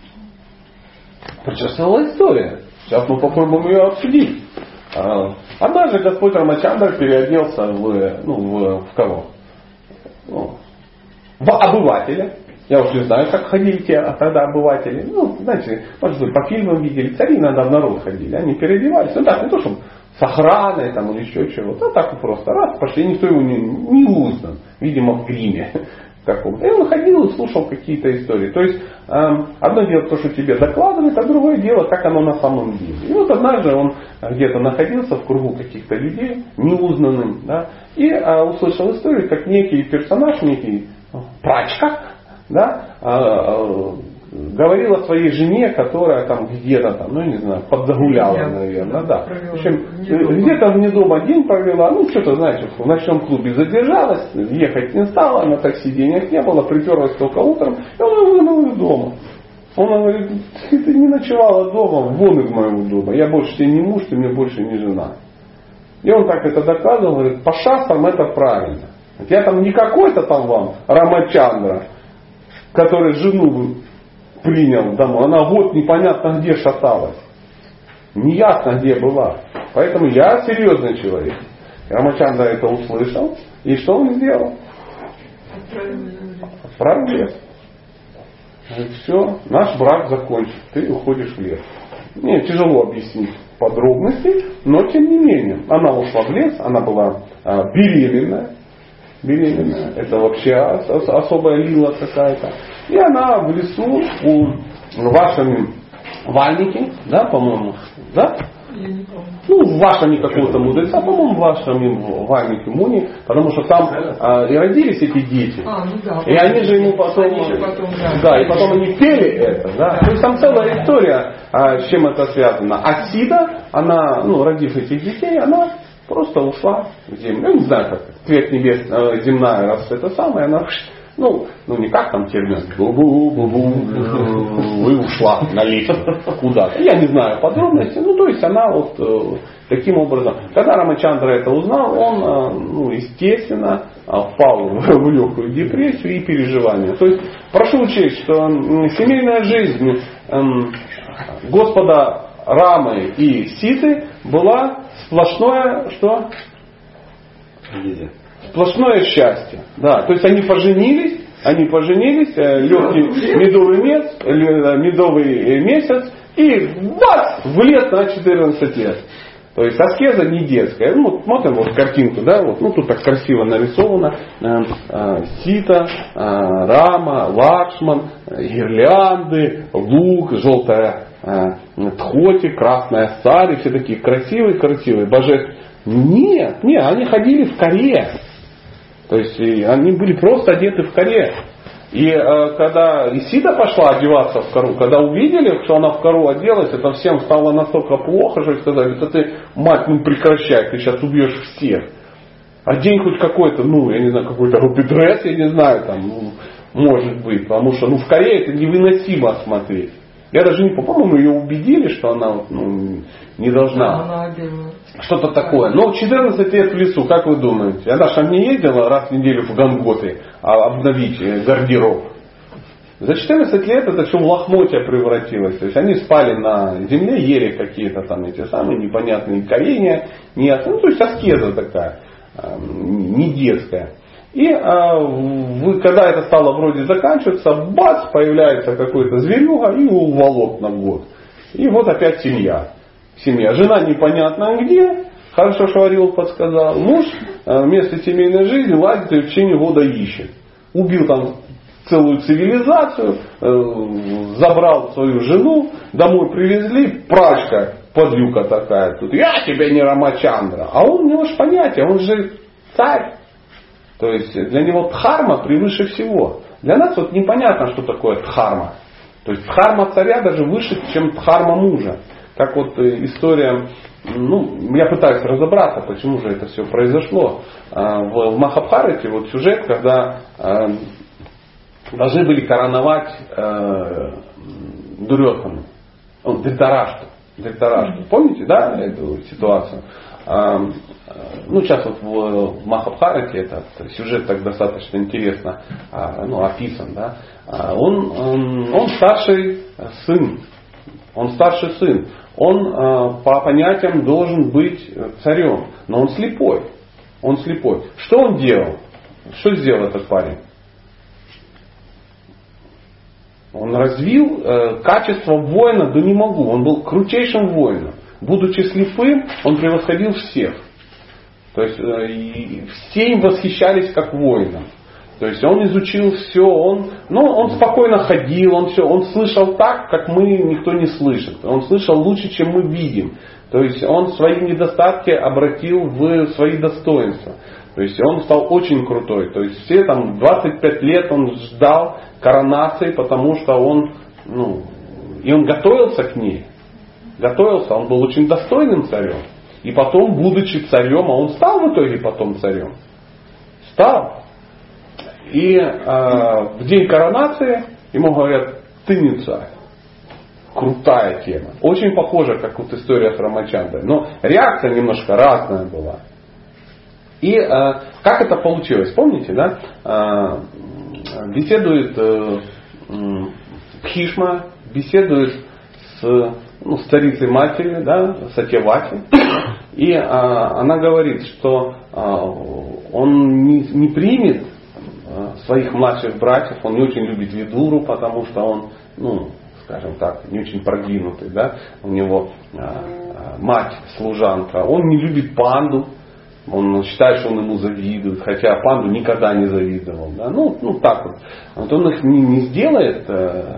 предшествовала история. Сейчас мы попробуем ее обсудить. Э, однажды Господь Рамачандра переоделся в, ну, в, в кого? Ну, в обывателя. Я уж не знаю, как ходили те тогда обыватели. Ну, знаете, может быть, по фильмам видели. Цари иногда в народ ходили. Они переодевались. Ну так, не то, чтобы с охраной там, или еще чего-то. А так просто раз пошли. Никто его не, не узнал. Видимо, в гриме каком-то. И он ходил и слушал какие-то истории. То есть, эм, одно дело то, что тебе докладывают, а другое дело, как оно на самом деле. И вот однажды он где-то находился в кругу каких-то людей, неузнанным, да, и э, услышал историю, как некий персонаж, некий прачка, да, э, э, говорил о своей жене, которая там где-то там, ну не знаю, подзагуляла, наверное, да. В общем, где-то вне дома день провела, ну что-то, знаете, в ночном клубе задержалась, ехать не стала, на такси денег не было, приперлась только утром, и он выгнал из дома. Он говорит, ты не ночевала дома, вон из моего дома, я больше тебе не муж, ты мне больше не жена. И он так это доказывал, говорит, по шасам это правильно. Я там не какой-то там вам Рамачандра, который жену принял домой. Она год непонятно где шаталась. Неясно где была. Поэтому я серьезный человек. Рамачандра это услышал. И что он сделал? Отправил в лес. Говорит, все, наш брак закончен. Ты уходишь в лес. Мне тяжело объяснить подробности, но тем не менее. Она ушла в лес, она была а, беременная. Беременная. Это вообще особая лила какая-то. И она в лесу у вашими Вальмики, да, по-моему, да? Я не помню. Ну, вашими какого-то мудреца, по-моему, вашими Вальмики Муни, потому что там а, и родились эти дети. А, ну да. И они же ему потом, потом да. да, и потом они пели это, да. То есть там целая история, а, с чем это связано. А Сида, она, ну, родив этих детей, она просто ушла в землю. Я не знаю, как цвет небес земная, раз это самое, она, ну, ну не как там термин, бу-бу-бу-бу, и ушла на лестницу куда-то. Я не знаю подробности, ну то есть она вот э, таким образом. Когда Рамачандра это узнал, он, э, ну, естественно, впал в легкую депрессию и переживания. То есть прошу учесть, что э, семейная жизнь э, Господа Рамы и Ситы была сплошное, что? Сплошное счастье. Да, то есть они поженились, они поженились, легкий медовый месяц, медовый месяц, и бац, в лес на четырнадцать лет. То есть аскеза не детская. Ну, вот смотрим вот картинку, да, вот, ну тут так красиво нарисовано. Э, э, Сита, э, Рама, Лакшман, гирлянды, лук, желтая э, тхоти, красная сари, все такие красивые-красивые, божественные. Нет, нет, они ходили в коре. То есть они были просто одеты в коре. И э, когда Исида пошла одеваться в кору, когда увидели, что она в кору оделась, это всем стало настолько плохо, что сказали, это ты, мать, ну прекращай, ты сейчас убьешь всех. Одень хоть какой-то, ну, я не знаю, какой-то рупидресс, я не знаю, там, ну, может быть, потому что, ну, в коре это невыносимо смотреть. Я даже не помню, по-моему, ее убедили, что она, ну, не должна. Она одела. Что-то такое. Но четырнадцать лет в лесу, как вы думаете? Она же не ездила раз в неделю в Ганготы, а обновить гардероб. За четырнадцать лет это все в лохмотья превратилось. То есть они спали на земле, ели какие-то там эти самые непонятные коренья. Не, ну, то есть аскеза такая, не детская. И а, вы, когда это стало вроде заканчиваться, бац, появляется какой-то зверюга и уволок на год. И вот опять семья. Семья. Жена непонятно где, хорошо, что Орел подсказал. Муж вместо семейной жизни лазит и в течение года ищет. Убил там целую цивилизацию, забрал свою жену, домой привезли, прачка, подлюка такая. Тут я тебе не Рамачандра. А он, у него же понятие, он же царь. То есть для него дхарма превыше всего. Для нас вот непонятно, что такое дхарма. То есть дхарма царя даже выше, чем дхарма мужа. Как вот история, ну, я пытаюсь разобраться, почему же это все произошло. В Махабхарате вот сюжет, когда должны были короновать Дурьодхану, Дритарашту. Дритарашту. Помните, да, эту ситуацию? Ну, сейчас вот в Махабхарате этот сюжет так достаточно интересно, ну, описан, да. Он, он, он старший сын. Он старший сын. Он по понятиям должен быть царем. Но он слепой. Он слепой. Что он делал? Что сделал этот парень? Он развил э, качество воина, да не могу. Он был крутейшим воином. Будучи слепым, он превосходил всех. То есть э, и все им восхищались как воином. То есть он изучил все, он, ну, он спокойно ходил, он все, он слышал так, как мы никто не слышит. Он слышал лучше, чем мы видим. То есть он свои недостатки обратил в свои достоинства. То есть он стал очень крутой. То есть все там двадцать пять лет он ждал коронации, потому что он, ну, и он готовился к ней. Готовился, он был очень достойным царем. И потом, будучи царем, а он стал в итоге потом царем. Стал. И э, в день коронации ему говорят, ты не царь. Крутая тема. Очень похожа, как вот история с Рамачандрой. Но реакция немножко разная была. И э, как это получилось? Помните, да? Э, беседует э, Бхишма, беседует с, ну, с царицей матерью, да, Сатьявати. И э, она говорит, что э, он не, не примет своих младших братьев, он не очень любит Видуру, потому что он, ну, скажем так, не очень продвинутый, да, у него а, мать служанка, он не любит Панду, он считает, что он ему завидует, хотя Панду никогда не завидовал, да, ну, ну так вот. Вот он их не, не сделает а,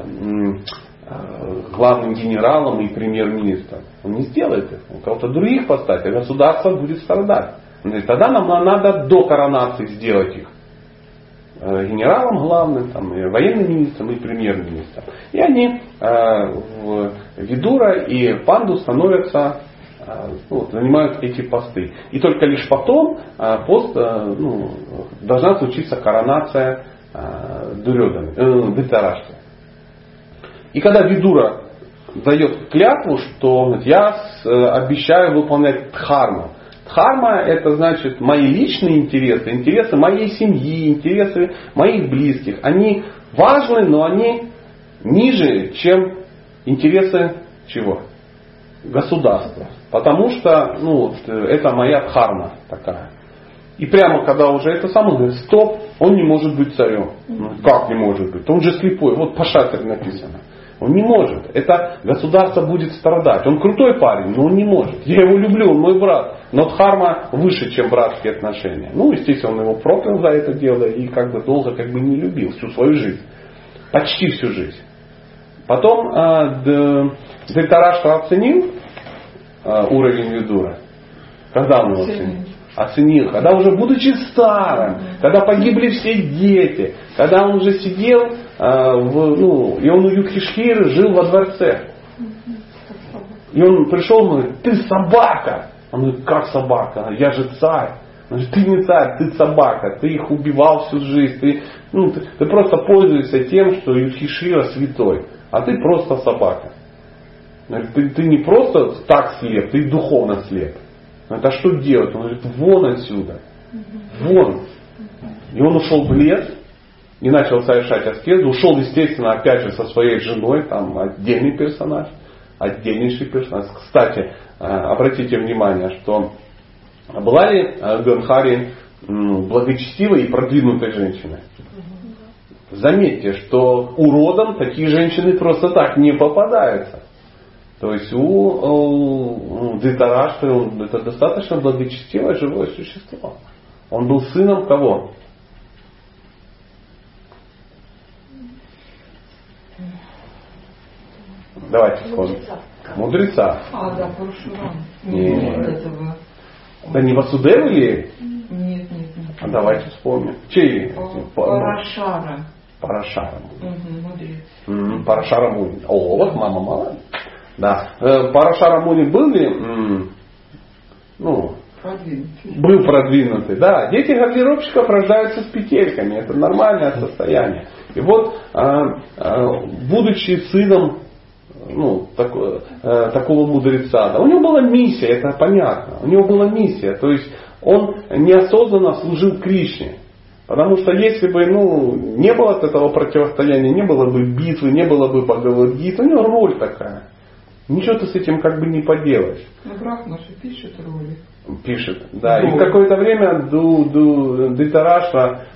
а, главным генералом и премьер-министром, он не сделает их, он кого-то других поставит, а государство будет страдать. Он говорит, тогда нам надо до коронации сделать их генералом главным, там, и военным министром, и премьер-министром. И они э, в Видура и Панду становятся, э, ну, занимают эти посты. И только лишь потом э, пост, э, ну, должна случиться коронация э, Дурьоданы, э, Дритарашты. И когда Видура дает клятву, что я с, э, обещаю выполнять дхарму. Дхарма — это значит мои личные интересы, интересы моей семьи, интересы моих близких. Они важны, но они ниже, чем интересы чего? Государства. Потому что, ну, это моя дхарма такая. И прямо когда уже это самое, говорит, стоп, он не может быть царем. Ну, как не может быть? Он же слепой. Вот по шатре написано. Он не может. Это государство будет страдать. Он крутой парень, но он не может. Я его люблю, он мой брат. Но дхарма выше, чем братские отношения. Ну, естественно, он его проклял за это дело и как бы долго как бы не любил всю свою жизнь. Почти всю жизнь. Потом э, Дhrитараштра оценил э, уровень Видура. Когда он его оценил? Оценил. Когда уже будучи старым, когда погибли все дети, когда он уже сидел, э, в, ну, и он у Юдхишхиры жил во дворце. И он пришел и говорит: ты собака. Он говорит: как собака? Я же царь. Он говорит: ты не царь, ты собака. Ты их убивал всю жизнь. Ты, ну, ты, ты просто пользуешься тем, что Юдхишхира святой. А ты просто собака. Ты, ты не просто так слеп, ты духовно слеп. Это что делать? Он говорит: вон отсюда. Вон. И он ушел в лес и начал совершать аскезу. Ушел, естественно, опять же со своей женой. Там отдельный персонаж. Отдельнейший персонаж. Кстати, обратите внимание, что была ли Ганхари благочестивой и продвинутой женщиной? Заметьте, что уродам такие женщины просто так не попадаются. То есть у, у Дhrитараштры это достаточно благочестивое живое существо. Он был сыном кого? Давайте вспомним. Мудреца. А, да, Парашурам. Нет. Нет этого. Да не Васудева ли? Нет, нет, нет. А давайте вспомним. Чей? Парашара. Парашара. Угу, мудрец. М-м, Парашара Муни. О, вот мама молодец. Да. Парашара Муни был ли, м- ну, Продвинутый. был продвинутый. Да, дети гардеробщиков рождаются с петельками. Это нормальное состояние. И вот, а, а, будучи сыном, ну, так, а, такого мудреца, да, у него была миссия, это понятно. У него была миссия. То есть он неосознанно служил Кришне. Потому что если бы, ну, не было этого противостояния, не было бы битвы, не было бы Бхагавад-гиты, у него роль такая. Ничего ты с этим как бы не поделаешь. Ну, Брахма же пишет роли. Пишет, да. И в какое-то время Ду, Ду, Дhrитараштра,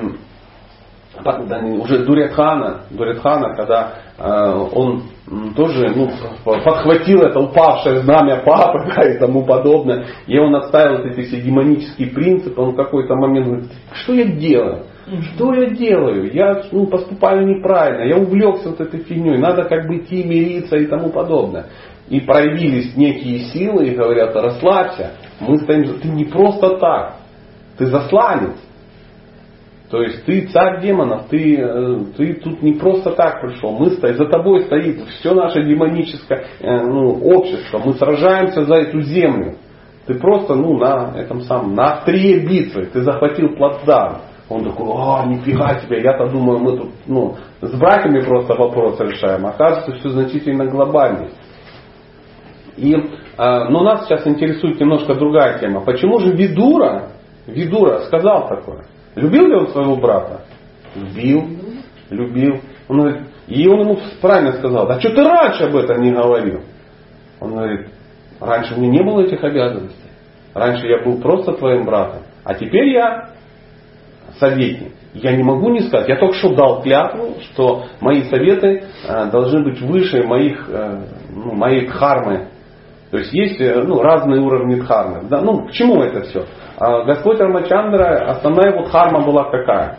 уже Дурядхана, Дурядхана, когда э, он тоже, ну, подхватил это упавшее знамя папы, да, и тому подобное, и он отставил эти все демонические принципы, он в какой-то момент говорит: что я делаю? Что я делаю? Я, ну, поступаю неправильно, я увлекся вот этой фигней, надо как бы идти мириться и тому подобное. И проявились некие силы и говорят: расслабься, мы стоим, ты не просто так, ты засланец. То есть ты царь демонов, ты, ты тут не просто так пришел, мы стоим, за тобой стоит все наше демоническое, ну, общество, мы сражаемся за эту землю. Ты просто, ну, на этом самом, на острие битвы, ты захватил плацдарм. Он такой: а, нифига себе, я-то думаю, мы тут, ну, с братьями просто вопрос решаем. Оказывается, все значительно глобальнее. И, но нас сейчас интересует немножко другая тема. Почему же Видура, Видура сказал такое? Любил ли он своего брата? Любил. Любил. Он говорит, и он ему правильно сказал: да что ты раньше об этом не говорил? Он говорит: раньше у меня не было этих обязанностей. Раньше я был просто твоим братом. А теперь я советник. Я не могу не сказать. Я только что дал клятву, что мои советы э, должны быть выше моих, э, ну, моей дхармы. То есть есть, ну, разные уровни дхармы. Да? Ну, к чему это все? А Господь Рамачандра, основная его дхарма была какая?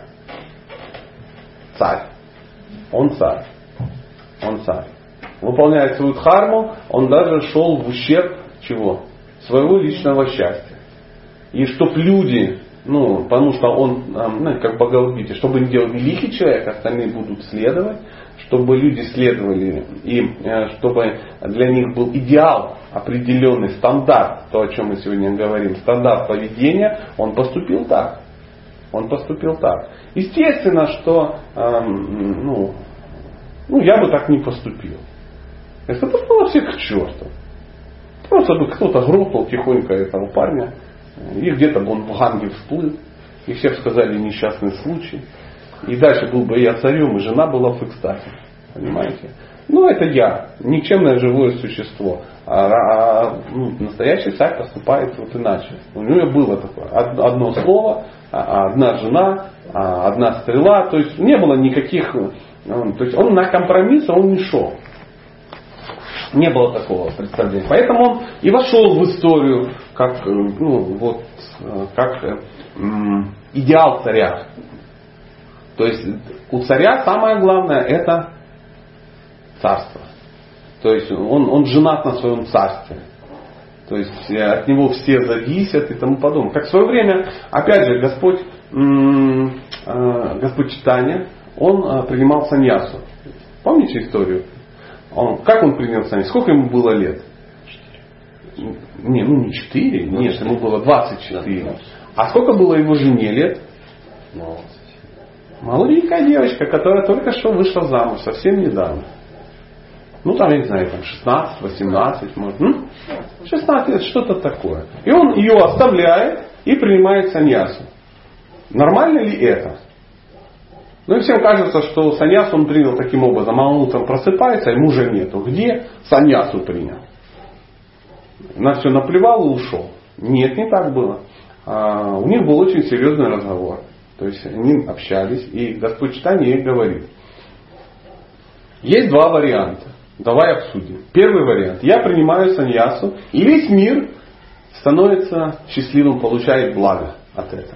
Царь. Он царь. Он царь. Выполняя свою дхарму, он даже шел в ущерб чего? Своего личного счастья. И чтоб люди, ну, потому что он, ну, как в Бхагавад-гите, чтобы не делал великий человек, остальные будут следовать, чтобы люди следовали, и чтобы для них был идеал, определенный стандарт, то, о чем мы сегодня говорим, стандарт поведения, он поступил так. Он поступил так. Естественно, что эм, ну, ну, я бы так не поступил. Я сказал: послал всех к черту. Просто бы кто-то грохнул тихонько этого парня, и где-то бы он в Ганге всплыл, и все бы сказали: несчастный случай. И дальше был бы я царем, и жена была в экстазе. Понимаете? Ну, это я, никчемное живое существо. А, а ну, настоящий царь поступает вот иначе. У него было такое: одно слово, одна жена, одна стрела. То есть не было никаких Он, то есть он на компромисс он не шел. Не было такого представления. Поэтому он и вошел в историю как, ну, вот, как м, идеал царя. То есть у царя самое главное это царство. То есть он, он женат на своем царстве. То есть от него все зависят и тому подобное. Как в свое время, опять же, Господь, м, э, Господь Чайтанья, он э, принимал саньясу. Помните историю? Он, как он принял саньясу? Сколько ему было лет? Не, ну не четыре, нет, ему было двадцать четыре. А сколько было его жене лет? Маленькая девочка, которая только что вышла замуж, совсем недавно. Ну там, я не знаю, там шестнадцать, восемнадцать, может. М? шестнадцать лет, что-то такое. И он ее оставляет и принимает саньясу. Нормально ли это? Ну и всем кажется, что саньясу он принял таким образом. А он утром просыпается, и мужа нету. Где саньясу принял? На все наплевал и ушел. Нет, не так было. А, у них был очень серьезный разговор. То есть они общались, и Господь Чайтанья ей говорит. Есть два варианта. Давай обсудим. Первый вариант. Я принимаю саньясу, и весь мир становится счастливым, получает благо от этого.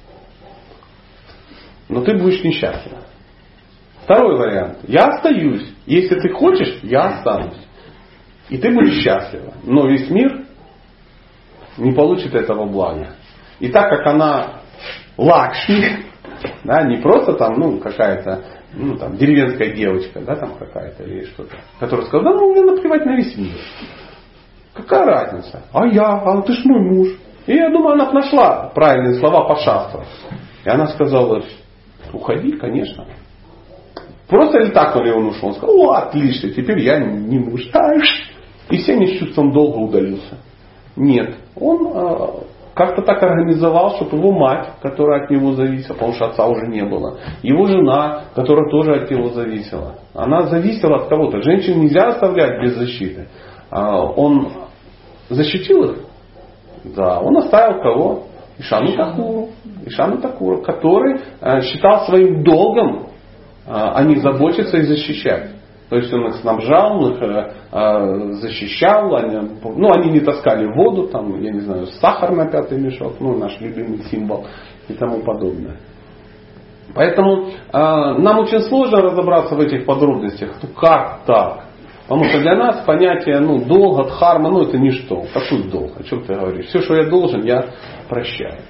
Но ты будешь несчастлив. Второй вариант. Я остаюсь. Если ты хочешь, я останусь. И ты будешь счастлива. Но весь мир не получит этого блага. И так как она Лакшми, да, не просто там, ну, какая-то, ну, там, деревенская девочка, да, там какая-то или что-то, которая сказала, да, ну, мне наплевать на весь мир. Какая разница? А я, а ты ж мой муж. И я думаю, она нашла правильные слова по шастрам. И она сказала, уходи, конечно. Просто ли так он ушел? Он сказал, о, отлично, теперь я не муж. И Сеня с чувством долга удалился. Нет, он э, как-то так организовал, чтобы его мать, которая от него зависела, потому что отца уже не было, его жена, которая тоже от него зависела, она зависела от кого-то. Женщин нельзя оставлять без защиты. А он защитил их? Да, он оставил кого? Ишану Такуру. Ишану Такуру, который э, считал своим долгом э, о них заботиться и защищать. То есть он их снабжал, он их э, защищал, они, ну, они не таскали воду, там, я не знаю, сахар на пятый мешок, ну, наш любимый символ и тому подобное. Поэтому э, нам очень сложно разобраться в этих подробностях. Ну, как так? Потому что для нас понятие, ну, долга, дхарма, ну, это ничто. Какой долг? О чем ты говоришь? Все, что я должен, я прощаю.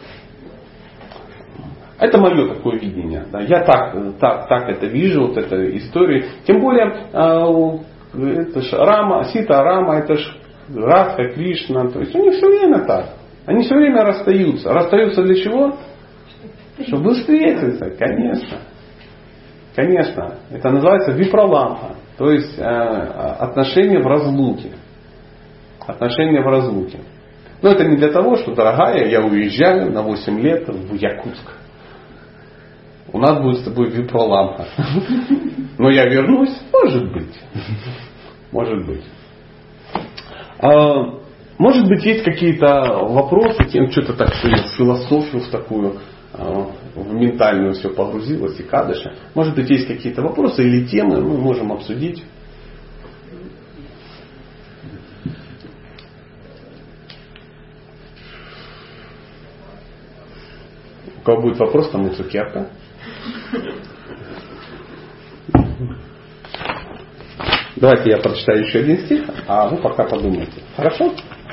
Это мое такое видение. Да. Я так, так, так это вижу, вот эту историю. Тем более, э, это ж Рама, Сита, Рама, это ж Радха, Кришна. То есть у них все время так. Они все время расстаются. Расстаются для чего? Чтобы встретиться, конечно. Конечно. Это называется випраламха. То есть э, отношения в разлуке. Отношения в разлуке. Но это не для того, что, дорогая, я уезжаю на восемь лет в Якутск. У нас будет с тобой випраламха. Но я вернусь? Может быть. Может быть. А, может быть, есть какие-то вопросы, что-то так в философию, в такую, в ментальную все погрузилось, и кадыша. Может быть, есть какие-то вопросы или темы, мы можем обсудить. У кого будет вопрос, тому цукерка. Давайте я прочитаю еще один стих, а вы пока подумайте. Хорошо?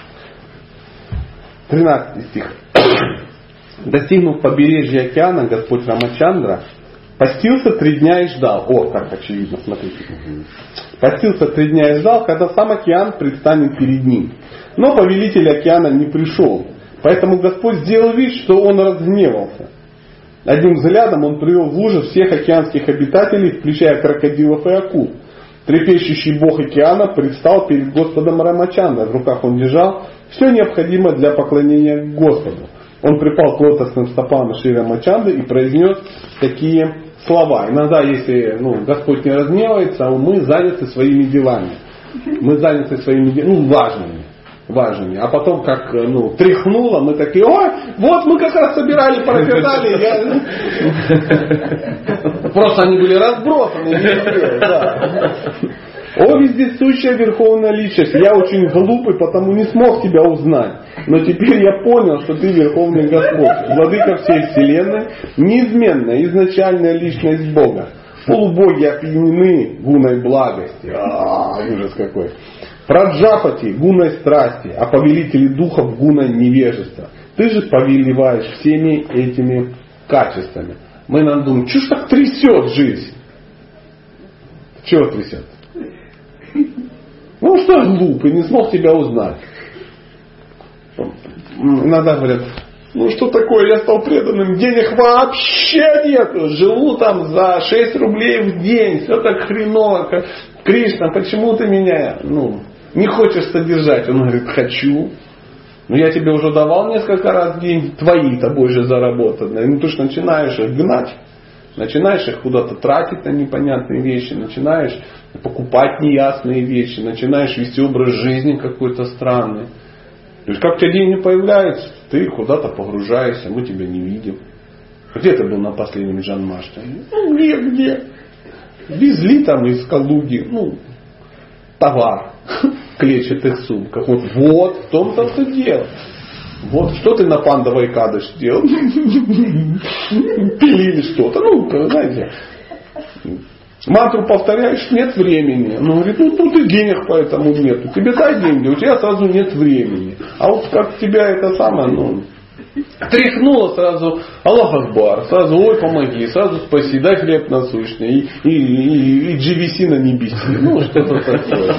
тринадцатый стих. Достигнув побережья океана, Господь Рамачандра постился три дня и ждал. О, как очевидно, смотрите. Постился три дня и ждал, когда сам океан предстанет перед ним. Но повелитель океана не пришел. Поэтому Господь сделал вид, что он разгневался. Одним взглядом он привел в ужас всех океанских обитателей, включая крокодилов и акул. Трепещущий бог океана предстал перед Господом Рамачандрой. В руках он держал все необходимое для поклонения Господу. Он припал к лотосным стопам Шри Рамачандры и произнес такие слова. Иногда, если ну, Господь не разгневается, мы заняты своими делами. Мы заняты своими делами, ну, важными. важными. А потом, как ну, тряхнуло, мы такие, ой, вот мы как раз собирали, пропитали. Просто они были разбросаны везде. Да. О, вездесущая Верховная Личность, я очень глупый, потому не смог тебя узнать. Но теперь я понял, что ты Верховный Господь, Владыка всей Вселенной, неизменная, изначальная Личность Бога. Полубоги опьянены гуной благости. А, ужас какой. Праджапати гуной страсти, а повелители духов гуной невежества. Ты же повелеваешь всеми этими качествами. Мы нам думаем, что ж так трясет жизнь? Чего трясет? Ну что глупый, не смог тебя узнать. Иногда говорят, ну что такое, я стал преданным, денег вообще нету, живу там за шесть рублей в день, все так хреново. Кришна, почему ты меня ну, не хочешь содержать? Он говорит, хочу. Ну я тебе уже давал несколько раз в день, твои тобой же заработанные. Ну ты же начинаешь их гнать, начинаешь их куда-то тратить на непонятные вещи, начинаешь покупать неясные вещи, начинаешь вести образ жизни какой-то странный. То есть как у тебя деньги появляются, ты куда-то погружаешься, мы тебя не видим. Где ты был на последнем Джанмаште? Ну где, где? Везли там из Калуги, ну, товар, клетчатых сумках. Вот, вот, в том-то все дело. Вот, что ты на пандовой кадыш делал? Пилили что-то. Ну, знаете, мантру повторяешь, нет времени. Ну, говорит, ну тут и денег поэтому нету. Тебе дай деньги, у тебя сразу нет времени. А вот как тебя это самое, ну, тряхнуло сразу, Аллах Акбар, сразу ой помоги, сразу спаси, дай хлеб насущный и, и, и, и джи ви си на небеси. Ну, что-то такое.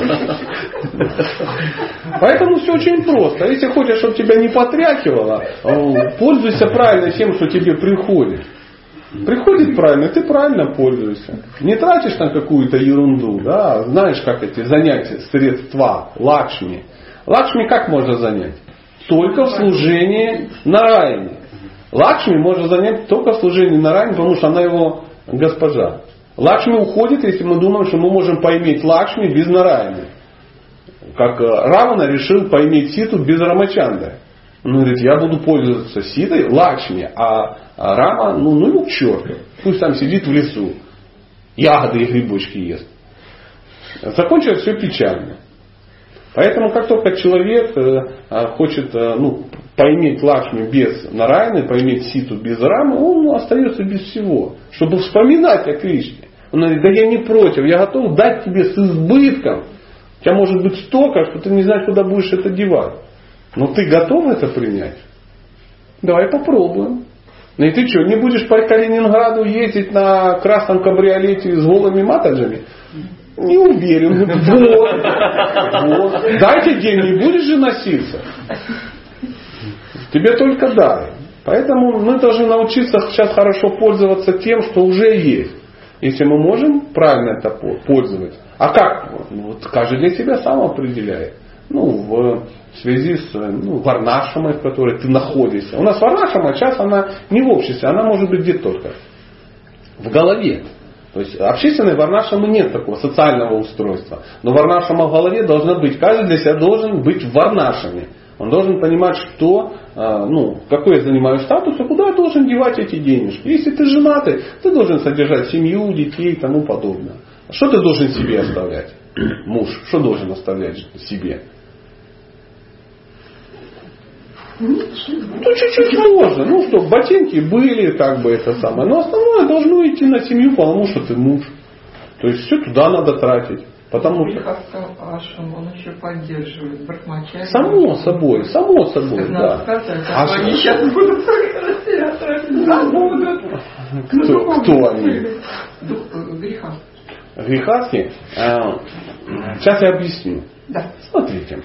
Поэтому все очень просто. Если хочешь, чтобы тебя не потряхивало, пользуйся правильно тем, что тебе приходит. Приходит правильно, ты правильно пользуешься. Не тратишь на какую-то ерунду, да, знаешь, как эти занятия, средства, лакшми. Лакшми как можно занять? Только в служении Нараяне. Лакшми можно занять только в служении Нараяне, потому что она его госпожа. Лакшми уходит, если мы думаем, что мы можем поиметь Лакшми без Нараяны. Как Равана решил поиметь Ситу без Рамачандры. Он говорит, я буду пользоваться Ситой, Лакшми, а Рама, ну, ну его к черту. Пусть там сидит в лесу, ягоды и грибочки ест. Закончилось все печально. Поэтому, как только человек хочет ну, поиметь Лакшми без Нараяны, поиметь Ситу без Рамы, он остается без всего. Чтобы вспоминать о Кришне. Он говорит, да я не против, я готов дать тебе с избытком. У тебя может быть столько, что ты не знаешь, куда будешь это девать. Но ты готов это принять? Давай попробуем. Ну и ты что, не будешь по Калининграду ездить на красном кабриолете с голыми матаджами? Не уверен. Вот. Вот. Дайте деньги, будешь же носиться? Тебе только дай. Поэтому мы должны научиться сейчас хорошо пользоваться тем, что уже есть. Если мы можем правильно это пользоваться. А как? Вот каждый для себя сам определяет. Ну, в связи с ну, варнашамой, в которой ты находишься. У нас варнашама сейчас она не в обществе, она может быть где только. В голове. То есть общественной варнашамы нет такого социального устройства. Но варнашама в голове должна быть. Каждый для себя должен быть в варнашаме. Он должен понимать, что, ну, какой я занимаю статус, и куда я должен девать эти денежки. Если ты женатый, ты должен содержать семью, детей и тому подобное. Что ты должен себе оставлять? Муж, что должен оставлять себе? Ну, чуть-чуть можно. Ну что, ботинки были, как бы это самое. Но основное должно идти на семью, потому что ты муж. То есть все туда надо тратить. Потому что... Ашам, он еще поддерживает брахмачарьи. Само собой, само собой, да. Сказать, а они что? Сейчас будут забудут. Кто, кто они? Греха. Грехастхи? Сейчас я объясню. Да. Смотрите.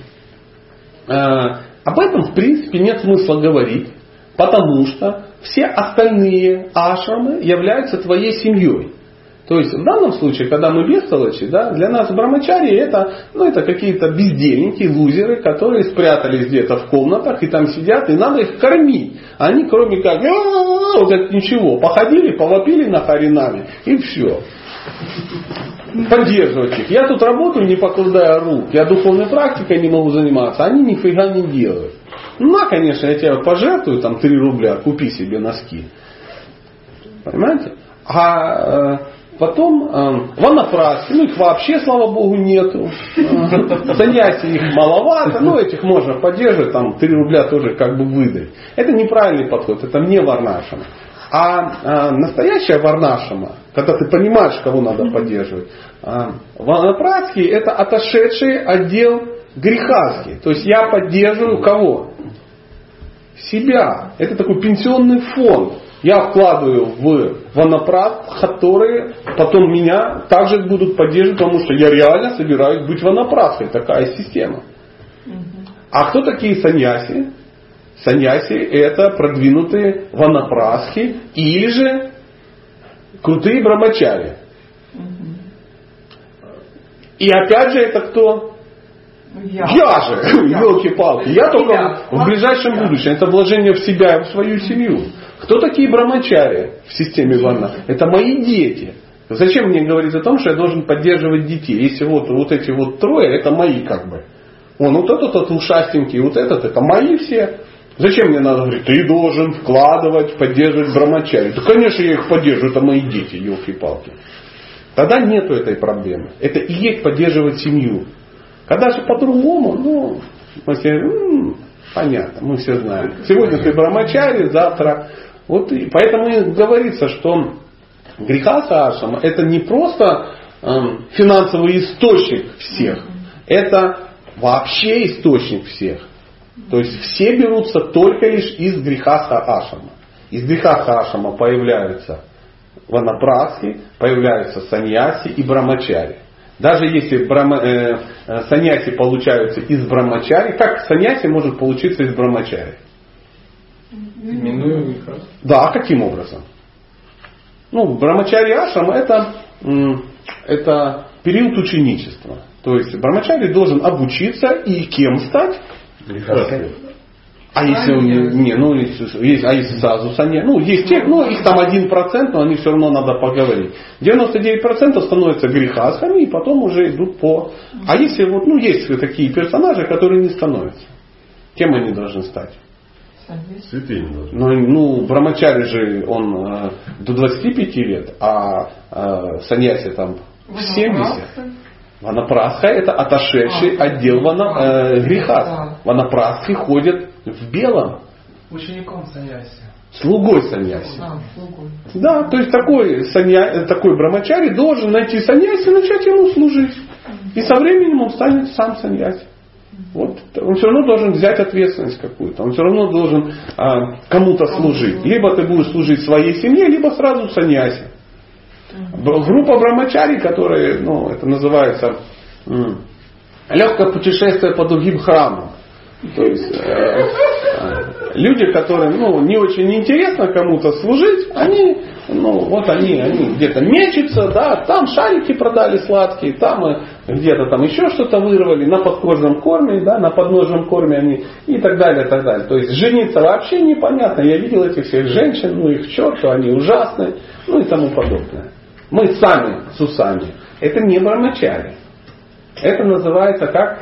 Об этом в принципе нет смысла говорить, потому что все остальные ашрамы являются твоей семьей. То есть в данном случае, когда мы бестолочи, да, для нас брамачари это, ну, это какие-то бездельники, лузеры, которые спрятались где-то в комнатах и там сидят, и надо их кормить. Они кроме как вот это ничего, походили, повопили на харинаме и все. Поддерживать их. Я тут работаю, не покладая рук. Я духовной практикой не могу заниматься. Они нифига не делают. Ну, на, конечно, я тебе пожертвую там три рубля, купи себе носки. Понимаете? А э, потом э, ванапрастхи, ну их вообще, слава богу, нету. Э, саньяси их маловато, ну этих можно поддерживать, там три рубля тоже как бы выдать. Это неправильный подход, это не варнашама. А э, настоящая варнашама, когда ты понимаешь, кого надо поддерживать, э, ванапрастхи это отошедший отдел грехастхи. То есть я поддерживаю кого? Себя. Это такой пенсионный фонд. Я вкладываю в ванапрастх, которые потом меня также будут поддерживать, потому что я реально собираюсь быть ванапрастхой. Такая система. А кто такие саньяси? Саньяси это продвинутые ванапрастхи или же крутые брамачари. И опять же это кто? Я, я же, елки-палки. Я, я только я. в ближайшем я. будущем. Это вложение в себя и в свою семью. Кто такие брамачари в системе ванна? Это мои дети. Зачем мне говорить о том, что я должен поддерживать детей? Если вот, вот эти вот трое, это мои как бы. Он вот этот, этот ушастенький, вот этот, это мои все. Зачем мне надо говорить, ты должен вкладывать, поддерживать брамачари? Да, конечно, я их поддерживаю, это мои дети, елки-палки. Тогда нету этой проблемы. Это и есть поддерживать семью. Когда же по-другому, ну, мы все, м-м, понятно, мы все знаем. Сегодня ты брамачари, завтра. Вот и поэтому и говорится, что грехастха ашрама это не просто э, финансовый источник всех, это вообще источник всех. То есть все берутся только лишь из грехастха ашрама. Из грехастха ашрама появляются ванапрастхи, появляются саньяси и брамачари. Даже если брама, э, саньяси получаются из брамачари, как саньяси может получиться из брамачари? Минуя греха. Да, а каким образом? Ну, брамачари ашрама это, это период ученичества. То есть брамачари должен обучиться и кем стать? Грехастхи. А если он не, ну, есть, а если сразу санья, ну, есть те, ну, их там один процент, но они все равно надо поговорить. девяносто девять процентов становятся грехастхами и потом уже идут по... А если вот, ну, есть такие персонажи, которые не становятся, кем они должны стать? Святыми должны. Ну, ну, брамачари же он э, до двадцати пяти лет, а э, саньяси там в семьдесят. Ванапрастха это отошедший а, отдел вана, э, грехастха. Ванапрастхи ходят в белом. Учеником саньяси. Слугой саньяси. А, слугой. Да, то есть такой, санья, такой брамачари должен найти саньяси и начать ему служить. И со временем он станет сам саньяси. Вот. Он все равно должен взять ответственность какую-то. Он все равно должен а, кому-то служить. Либо ты будешь служить своей семье, либо сразу саньяси. Группа брамачари, которые, ну, это называется м, легкое путешествие по другим храмам. То есть э, э, люди, которые, ну, не очень интересно кому-то служить, они, ну, вот они, они где-то мечутся, да, там шарики продали сладкие, там э, где-то там еще что-то вырвали, на подкожном корме, да, на подножном корме они и так далее, и так далее. То есть жениться вообще непонятно. Я видел этих всех женщин, ну их к черту, они ужасные, ну и тому подобное. Мы сами с усами. Это не брамачари. Это называется как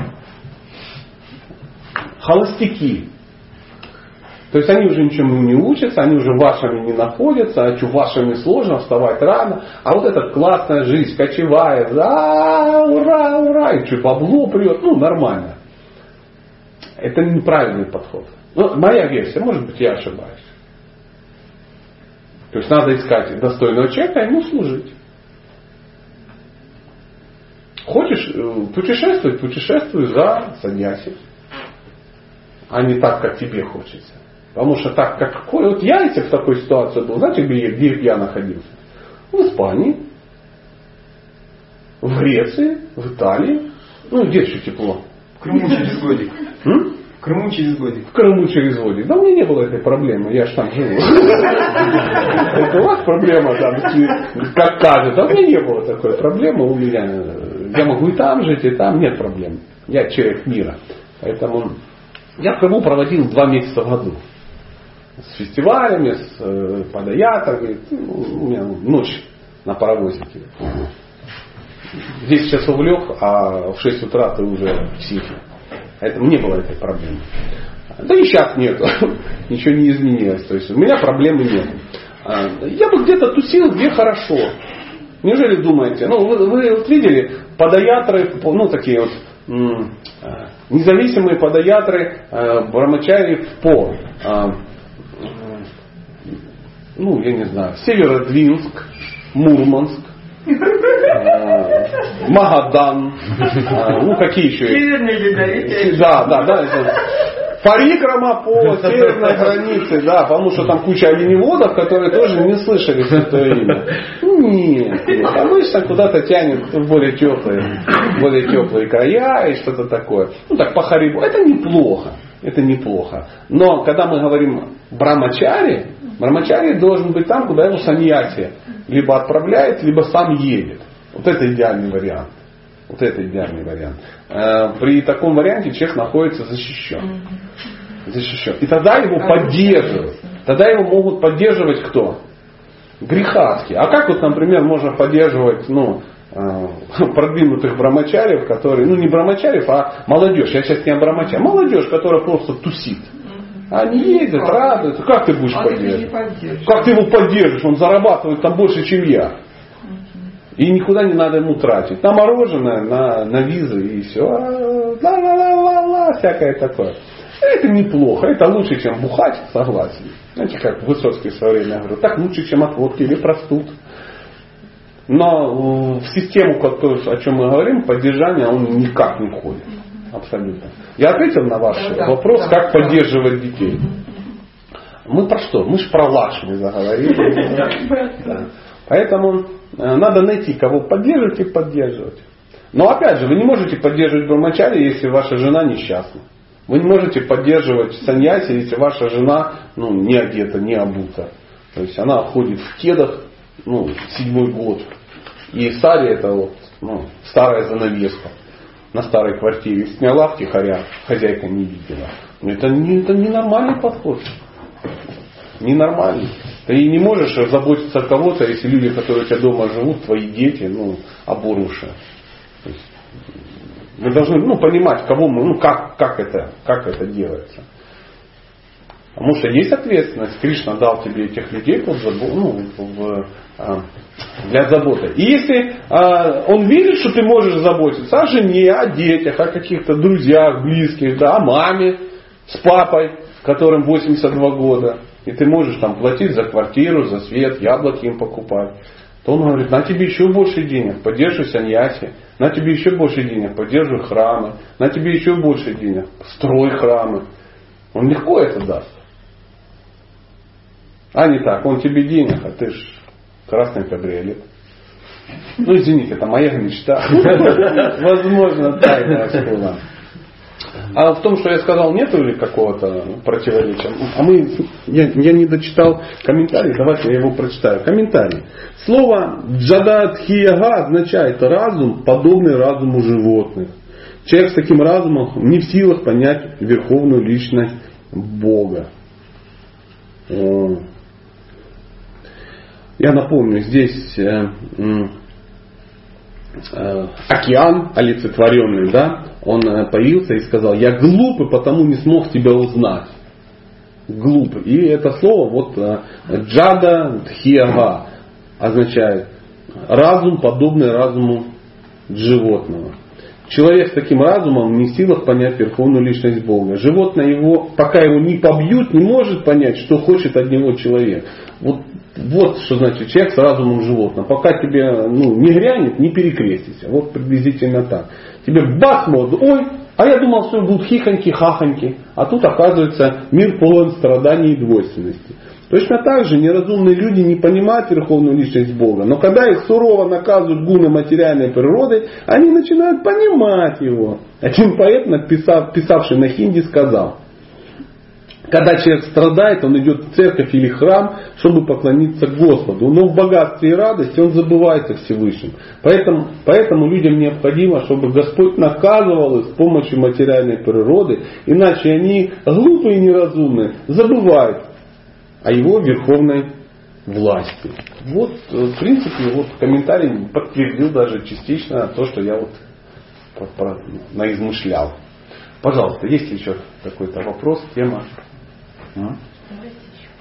холостяки. То есть они уже ничему не учатся, они уже вашими не находятся, а что вашими сложно, вставать рано. А вот эта классная жизнь, кочевая, а, ура, ура, и что, бабло прет, ну нормально. Это неправильный подход. Ну, моя версия, может быть я ошибаюсь. То есть надо искать достойного человека и ему служить. Хочешь путешествовать, путешествуй за саньяси. А не так, как тебе хочется. Потому что так, как какой... Вот я, если в такой ситуации был, знаете, где, где я находился? В Испании, в Греции, в Италии. Ну, где еще тепло? В Крыму через годик. М? В Крыму через годик. В Крыму через годик. Да у меня не было этой проблемы, я ж там живу. Это у вас проблема там, как кажется. А у меня не было такой проблемы. У меня я могу и там жить, и там нет проблем. Я человек мира. Поэтому я в Крыму проводил два месяца в году. С фестивалями, с э, подаятой. Ну, у меня ночь на паровозике. В десять часов лег, а в шесть утра ты уже в психе. Поэтому не было этой проблемы. Да и сейчас нет. Ничего не изменилось. То есть у меня проблемы нет. Я бы где-то тусил, где хорошо. Неужели думаете? Ну, вы, вы вот видели подаятры, ну, такие вот м, независимые подаятры э, брамачари по, э, ну, я не знаю, Северодвинск, Мурманск, э, Магадан, э, ну, какие еще есть? Северный ледовитый. Да, да, да. Это Парикрама по северной границе, да, потому что там куча оленеводов, которые тоже не слышали святое имя. Нет, нет, обычно куда-то тянет в более теплые, более теплые края и что-то такое. Ну так по Харибу. Это неплохо, это неплохо. Но когда мы говорим брамачари, брамачари должен быть там, куда его саньяси либо отправляет, либо сам едет. Вот это идеальный вариант. Вот это идеальный вариант. При таком варианте человек находится защищен. защищен. И тогда его поддерживают. Тогда его могут поддерживать кто? Грехастхи. А как вот, например, можно поддерживать ну, продвинутых брамачариев, которые, ну не брамачариев, а молодежь. Я сейчас не о брамачаре. Молодежь, которая просто тусит. Они ездят, радуются. Как ты будешь поддерживать? Как ты его поддержишь? Он зарабатывает там больше, чем я. И никуда не надо ему тратить. На мороженое, на, на визы и все. Ла-ла-ла-ла-ла, всякое такое. Это неплохо. Это лучше, чем бухать, согласен. Знаете, как Высоцкий в свое время говорил, так лучше, чем от водки или простуд. Но в систему, о чем мы говорим, поддержание, он никак не входит. Абсолютно. Я ответил на ваш да, вопрос, да, как да. поддерживать детей. Мы про что? Мы же про Лакшми заговорили. Да. Поэтому надо найти, кого поддерживать и поддерживать. Но опять же, вы не можете поддерживать брамачари, если ваша жена несчастна. Вы не можете поддерживать саньяси, если ваша жена ну, не одета, не обута. То есть она ходит в кедах ну, седьмой год. И сари это вот, ну, старая занавеска на старой квартире. Сняла втихаря, хозяйка не видела. Это, не, это ненормальный подход. Ненормальный. Ты не можешь заботиться о кого-то, если люди, которые у тебя дома живут, твои дети, ну, оборуши. Мы должны ну, понимать, кого мы, ну, как, как, это, как это делается. Потому что есть ответственность. Кришна дал тебе этих людей под забо- ну, в, а, для заботы. И если а, он видит, что ты можешь заботиться о жене, о детях, о каких-то друзьях, близких, да, о маме с папой, которым восемьдесят два года, и ты можешь там платить за квартиру, за свет, яблоки им покупать, то он говорит, на тебе еще больше денег, поддерживай саньяси, на тебе еще больше денег, поддерживай храмы, на тебе еще больше денег, строй храмы. Он легко это даст. А не так, он тебе денег, а ты ж красный кабриолет. Ну извините, это моя мечта. Возможно, тайная школа. А в том, что я сказал, нет ли какого-то противоречия? А мы, я, я не дочитал комментарий, давайте я его прочитаю. Комментарий. Слово джадатхияга означает разум, подобный разуму животных. Человек с таким разумом не в силах понять верховную личность Бога. Я напомню, здесь э, э, океан олицетворенный, да, он появился и сказал, я глуп и потому не смог тебя узнать. Глуп. И это слово вот джада дхияга означает разум, подобный разуму животного. Человек с таким разумом не в силах понять верховную личность Бога. Животное его, пока его не побьют, не может понять, что хочет от него человек. Вот, вот что значит человек с разумом животного. Пока тебе ну, не грянет, не перекрестися. Вот приблизительно так. Тебе бац, вот, ой, а я думал, что будут хихоньки, хахоньки. А тут оказывается мир полон страданий и двойственности. Точно так же неразумные люди не понимают верховную личность Бога. Но когда их сурово наказывают гуны материальной природы, они начинают понимать его. Один поэт, написав, писавший на хинди, сказал, когда человек страдает, он идет в церковь или храм, чтобы поклониться Господу. Но в богатстве и радости он забывается Всевышним. Поэтому, поэтому людям необходимо, чтобы Господь наказывал их с помощью материальной природы, иначе они, глупые и неразумные, забывают о его верховной власти. Вот, в принципе, вот комментарий подтвердил даже частично то, что я вот наизмышлял. Пожалуйста, есть еще какой-то вопрос, тема?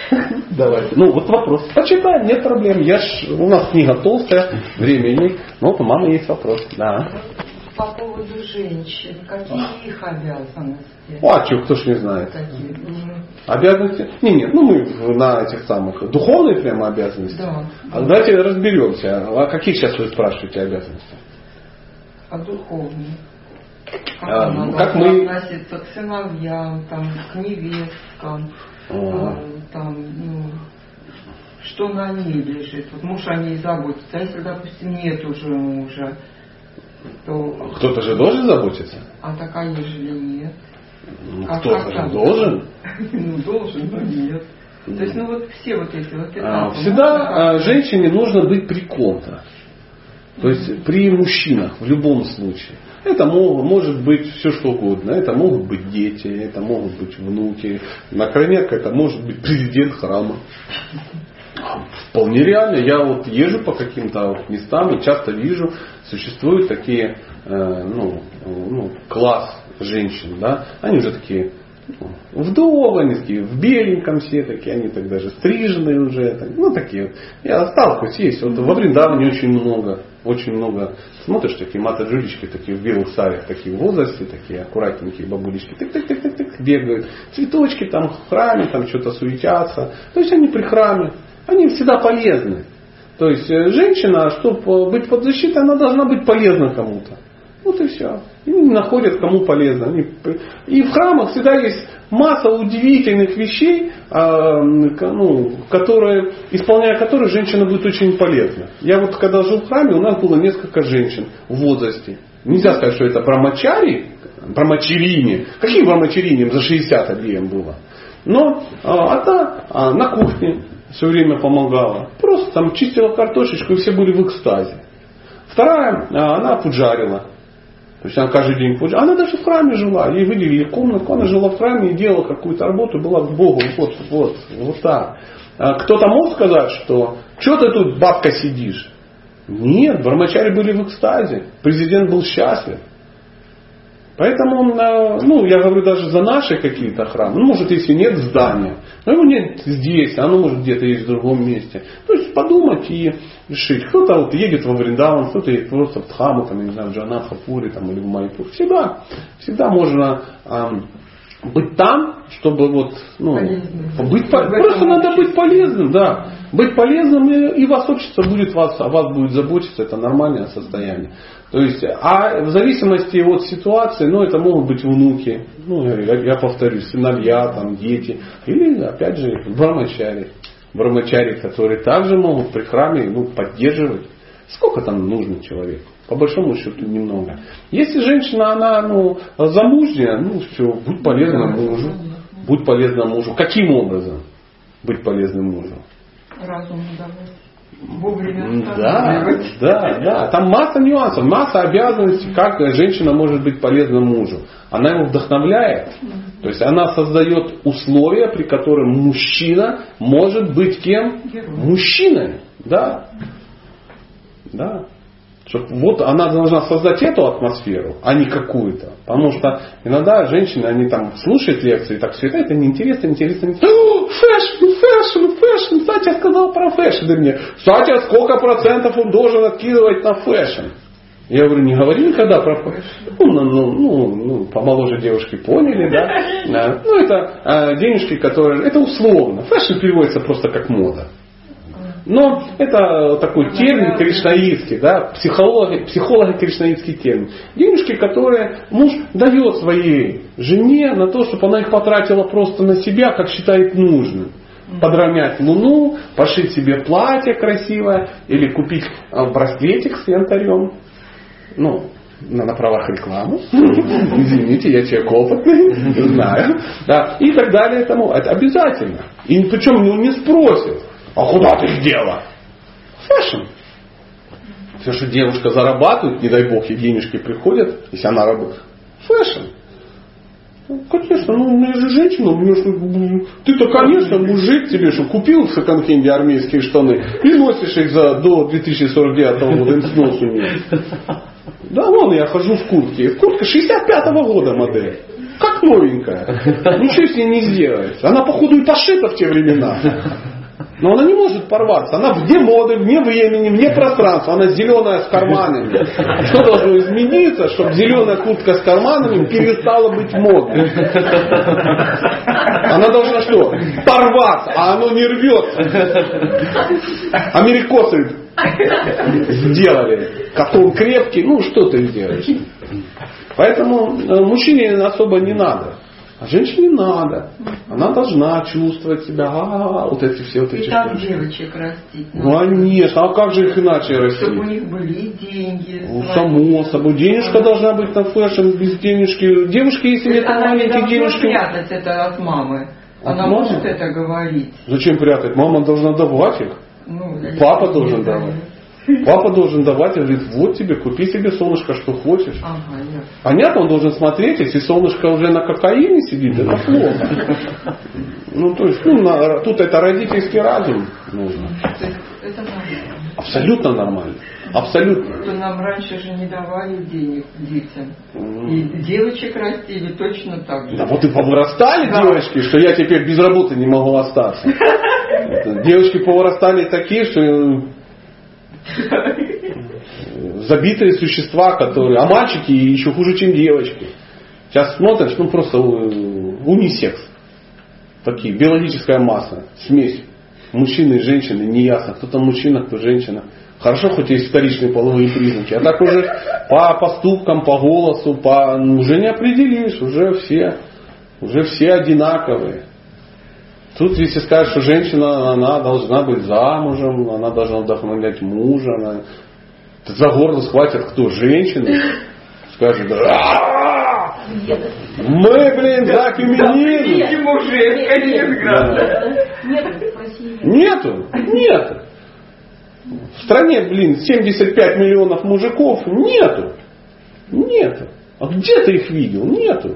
Давайте. Ну, вот вопрос. Почитаем, нет проблем. Я ж, у нас книга толстая, время есть. Ну, вот у мамы есть вопрос. Да. По поводу женщин, какие их обязанности? А что, кто ж не знает? Какие? Обязанности? Не, нет, ну мы на этих самых духовные прямо обязанности. Да. А давайте разберемся. А какие сейчас вы спрашиваете обязанности? А духовные? Как, А, она как должна мы- относиться к сыновьям, там, к невесткам, Ага. э, там, ну, что на ней лежит. Вот муж о ней заботится. А если, допустим, нет уже мужа, то... Кто-то же должен заботиться? А так, а ежели нет? Ну, А кто-то как же так? должен. Ну, должен, но нет. То есть, ну вот все вот эти вот А, этапы. Всегда можно а, как-то- женщине нужно быть при ком-то. То есть при мужчинах в любом случае. Это мог- может быть все что угодно. Это могут быть дети, это могут быть внуки. Например, это может быть президент храма. Вполне реально. Я вот езжу по каким-то вот местам и часто вижу, существуют такие, э, ну, ну, класс женщин, да, они уже такие ну, вдовы, они такие в беленьком все такие, они так даже стриженные уже, так, ну такие вот. Я сталкиваюсь, есть. Вот во Вриндаване очень много, очень много. Смотришь, такие мата-джулички, такие в белых сарях, такие в возрасте, такие аккуратненькие бабулечки, тык-тык-тык-тык, бегают. Цветочки там в храме, там что-то суетятся. То есть они при храме. Они всегда полезны. То есть женщина, чтобы быть под защитой, она должна быть полезна кому-то. Вот и все. И они находят, кому полезно. Они... И в храмах всегда есть масса удивительных вещей, ну, которые, исполняя которые женщина будет очень полезна. Я вот когда жил в храме, у нас было несколько женщин в возрасте. Нельзя сказать, что это брамачари, брамачарине. Какие брамачарине? За шестьдесят обеим было. Но а, та а, на кухне все время помогала. Просто там чистила картошечку, и все были в экстазе. Вторая, а, она пуджарила. То есть она каждый день пуджарила. Она даже в храме жила. Ей выделили комнатку. Она жила в храме и делала какую-то работу. Была к Богу. Вот, вот, вот так. А кто-то мог сказать, что что ты тут, бабка, сидишь? Нет, брамачари были в экстазе. Президент был счастлив. Поэтому, ну, я говорю даже за наши какие-то храмы. Ну, может, если нет здания, но его нет здесь, оно может где-то есть в другом месте. То есть подумать и решить. Кто-то вот едет во Вриндаван, кто-то едет просто в Дхаму, там, я не знаю, в Джаганатхапури там, или в Майпур. Всегда, всегда можно эм, быть там, чтобы вот, ну, быть, просто надо быть полезным, да. Быть полезным, и, и вас общество будет вас, о вас будет заботиться, это нормальное состояние. То есть, а в зависимости от ситуации, ну, это могут быть внуки, ну, я, я повторюсь, сыновья, там, дети, или, опять же, брамачари. Брамачари, которые также могут при храме, ну, поддерживать. Сколько там нужно человеку? По большому счету немного. Если женщина, она, ну, замужняя, ну, все, будь полезна мужу. Будь полезна мужу. Каким образом быть полезным мужу? Разум давать. Вовремя Да, останавливать. да, да. Там масса нюансов, масса обязанностей, как женщина может быть полезна мужу. Она его вдохновляет. То есть она создает условия, при которых мужчина может быть кем? Мужчиной. Да. Да. Чтоб вот она должна создать эту атмосферу, а не какую-то. Потому что иногда женщины, они там слушают лекции, и так все это неинтересно, интересно. О, фэшн, фэшн, фэшн. Сатя сказал про фэшн. Да мне, Сатя, сколько процентов он должен откидывать на фэшн? Я говорю, не говори никогда про фэшн. Ну, ну, ну, ну, помоложе девушки поняли, да. Ну, это а, денежки, которые, это условно. Фэшн переводится просто как мода. Но это такой термин кришнаитский, да, психологи, психологи кришнаитский термин. Денежки, которые муж дает своей жене на то, чтобы она их потратила просто на себя, как считает нужным. Подровнять луну, пошить себе платье красивое или купить браслетик с янтарем. Ну, на правах рекламы. Извините, я человек опытный, знаю. Да, и так далее. Тому. Это обязательно. И причем ну, не спросят. А куда ты сделала? Фэшн. Все, что девушка зарабатывает, не дай бог, ей денежки приходят, если она работает. Фэшн. Ну, конечно, ну у меня же женщина, у меня же, ты-то, конечно, мужик тебе, что купил в секонд-хенде армейские штаны и носишь их за, до две тысячи сорок девятого года, им сносу нет. Да, вон я хожу в куртке. Куртка шестьдесят пятого года модель. Как новенькая. Ничего с ней не сделается. Она, походу, и пошита в те времена. Но она не может порваться. Она вне моды, вне времени, вне пространства. Она зеленая с карманами. Что должно измениться, чтобы зеленая куртка с карманами перестала быть модной? Она должна что? Порваться, а оно не рвется. Америкосы сделали. Как он крепкий, ну что ты сделаешь? Поэтому мужчине особо не надо. А женщине надо. Она должна чувствовать себя. А-а-а, вот эти все вот эти и так штуки. девочек растить. Ну, конечно. А как же их иначе растить? Чтобы у них были деньги. Ну, само собой. Денежка должна быть на фэшн, без денежки. Девушки, если нет маленькие денежки... Она не прятать это от мамы. Она От может мамы? это говорить. Зачем прятать? Мама должна давать их. Ну, Папа если должен не давать. Папа должен давать и говорит, вот тебе, купи себе, солнышко, что хочешь. Ага, ясно. Понятно, он должен смотреть, если солнышко уже на кокаине сидит, это плохо. Ну, то есть, ну, на, тут это родительский разум нужно. То есть это нормально. Абсолютно нормально. Абсолютно. То нам раньше же не давали денег детям. И девочек растили точно так же. Да вот и повырастали Да. девочки, что я теперь без работы не могу остаться. Это, девочки повырастали такие, что забитые существа, которые... А мальчики еще хуже, чем девочки. Сейчас смотришь, ну просто унисекс. Такие, биологическая масса, смесь. Мужчины и женщины, неясно, кто там мужчина, кто женщина. Хорошо, хоть есть вторичные половые признаки. А так уже по поступкам, по голосу, по, уже не определишь. Уже все, уже все одинаковые. Тут если скажешь, что женщина, она должна быть замужем, она должна вдохновлять мужа, она... за горло схватят кто? Женщины. Скажет, да, мы, блин, за феминизм. Видим уже, конечно. Нет, в России нет. Нету, нету. В стране, блин, семьдесят пять миллионов мужиков, нету. Нету. А где ты их видел? Нету.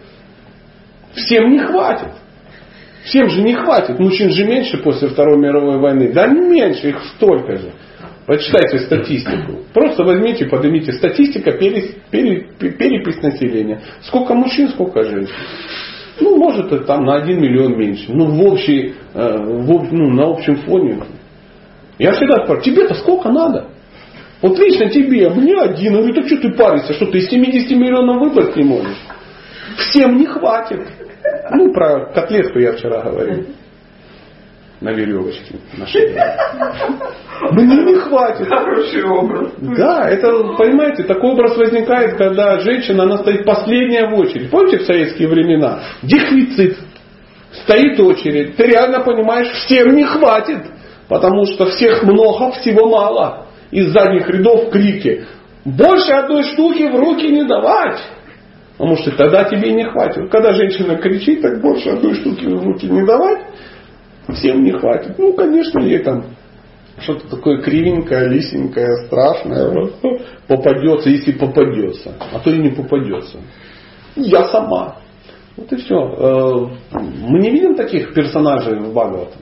Всем не хватит. Всем же не хватит. Мужчин же меньше после Второй мировой войны. Да меньше, их столько же. Почитайте статистику. Просто возьмите, поднимите статистика, перес, пере, перепись населения. Сколько мужчин, сколько женщин. Ну, может, это там на один миллион меньше. Ну, в общей, э, в, ну, на общем фоне. Я всегда спрашиваю, тебе-то сколько надо? Вот лично тебе, мне один. Я говорю, так что ты паришься? Что ты из семидесяти миллионов выбрать не можешь? Всем не хватит. Ну, про котлетку я вчера говорил. На веревочке. На шее. Мне не хватит. Хороший образ. Да, это, понимаете, такой образ возникает, когда женщина, она стоит последняя в очередь. Помните в советские времена? Дефицит. Стоит очередь. Ты реально понимаешь, всем не хватит. Потому что всех много, всего мало. Из задних рядов крики. Больше одной штуки в руки не давать. Потому что тогда тебе не хватит. Когда женщина кричит, так больше одной штуки в руки не давать. Всем не хватит. Ну, конечно, ей там что-то такое кривенькое, лисенькое, страшное попадется, если попадется. А то и не попадется. Я сама. Вот и все. Мы не видим таких персонажей в Бхагаватам.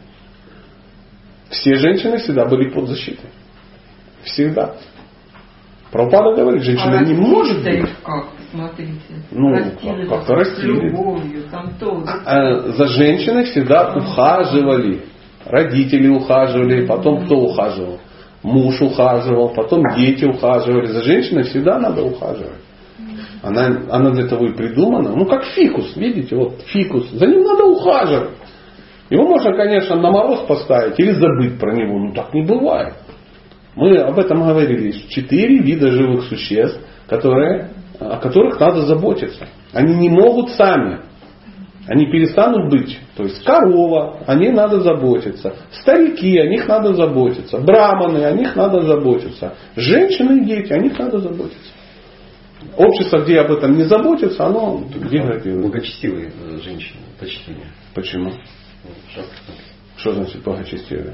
Все женщины всегда были под защитой. Всегда. Прабхупада говорит, женщина а не может быть. Как? Смотрите. Ну, растили как-то с растили. любовью, там то. А за женщиной всегда ухаживали. Родители ухаживали, потом кто ухаживал? Муж ухаживал, потом дети ухаживали. За женщиной всегда надо ухаживать. Она, она для того и придумана. Ну, как фикус, видите, вот фикус. За ним надо ухаживать. Его можно, конечно, на мороз поставить или забыть про него. Но так не бывает. Мы об этом говорили. Четыре вида живых существ, которые, о которых надо заботиться. Они не могут сами. Они перестанут быть. То есть корова, о ней надо заботиться. Старики, о них надо заботиться. Браманы, о них надо заботиться. Женщины и дети, о них надо заботиться. Общество, где об этом не заботится, оно деградирует. Благочестивые женщины, почтение. Почему? Что значит благочестивые?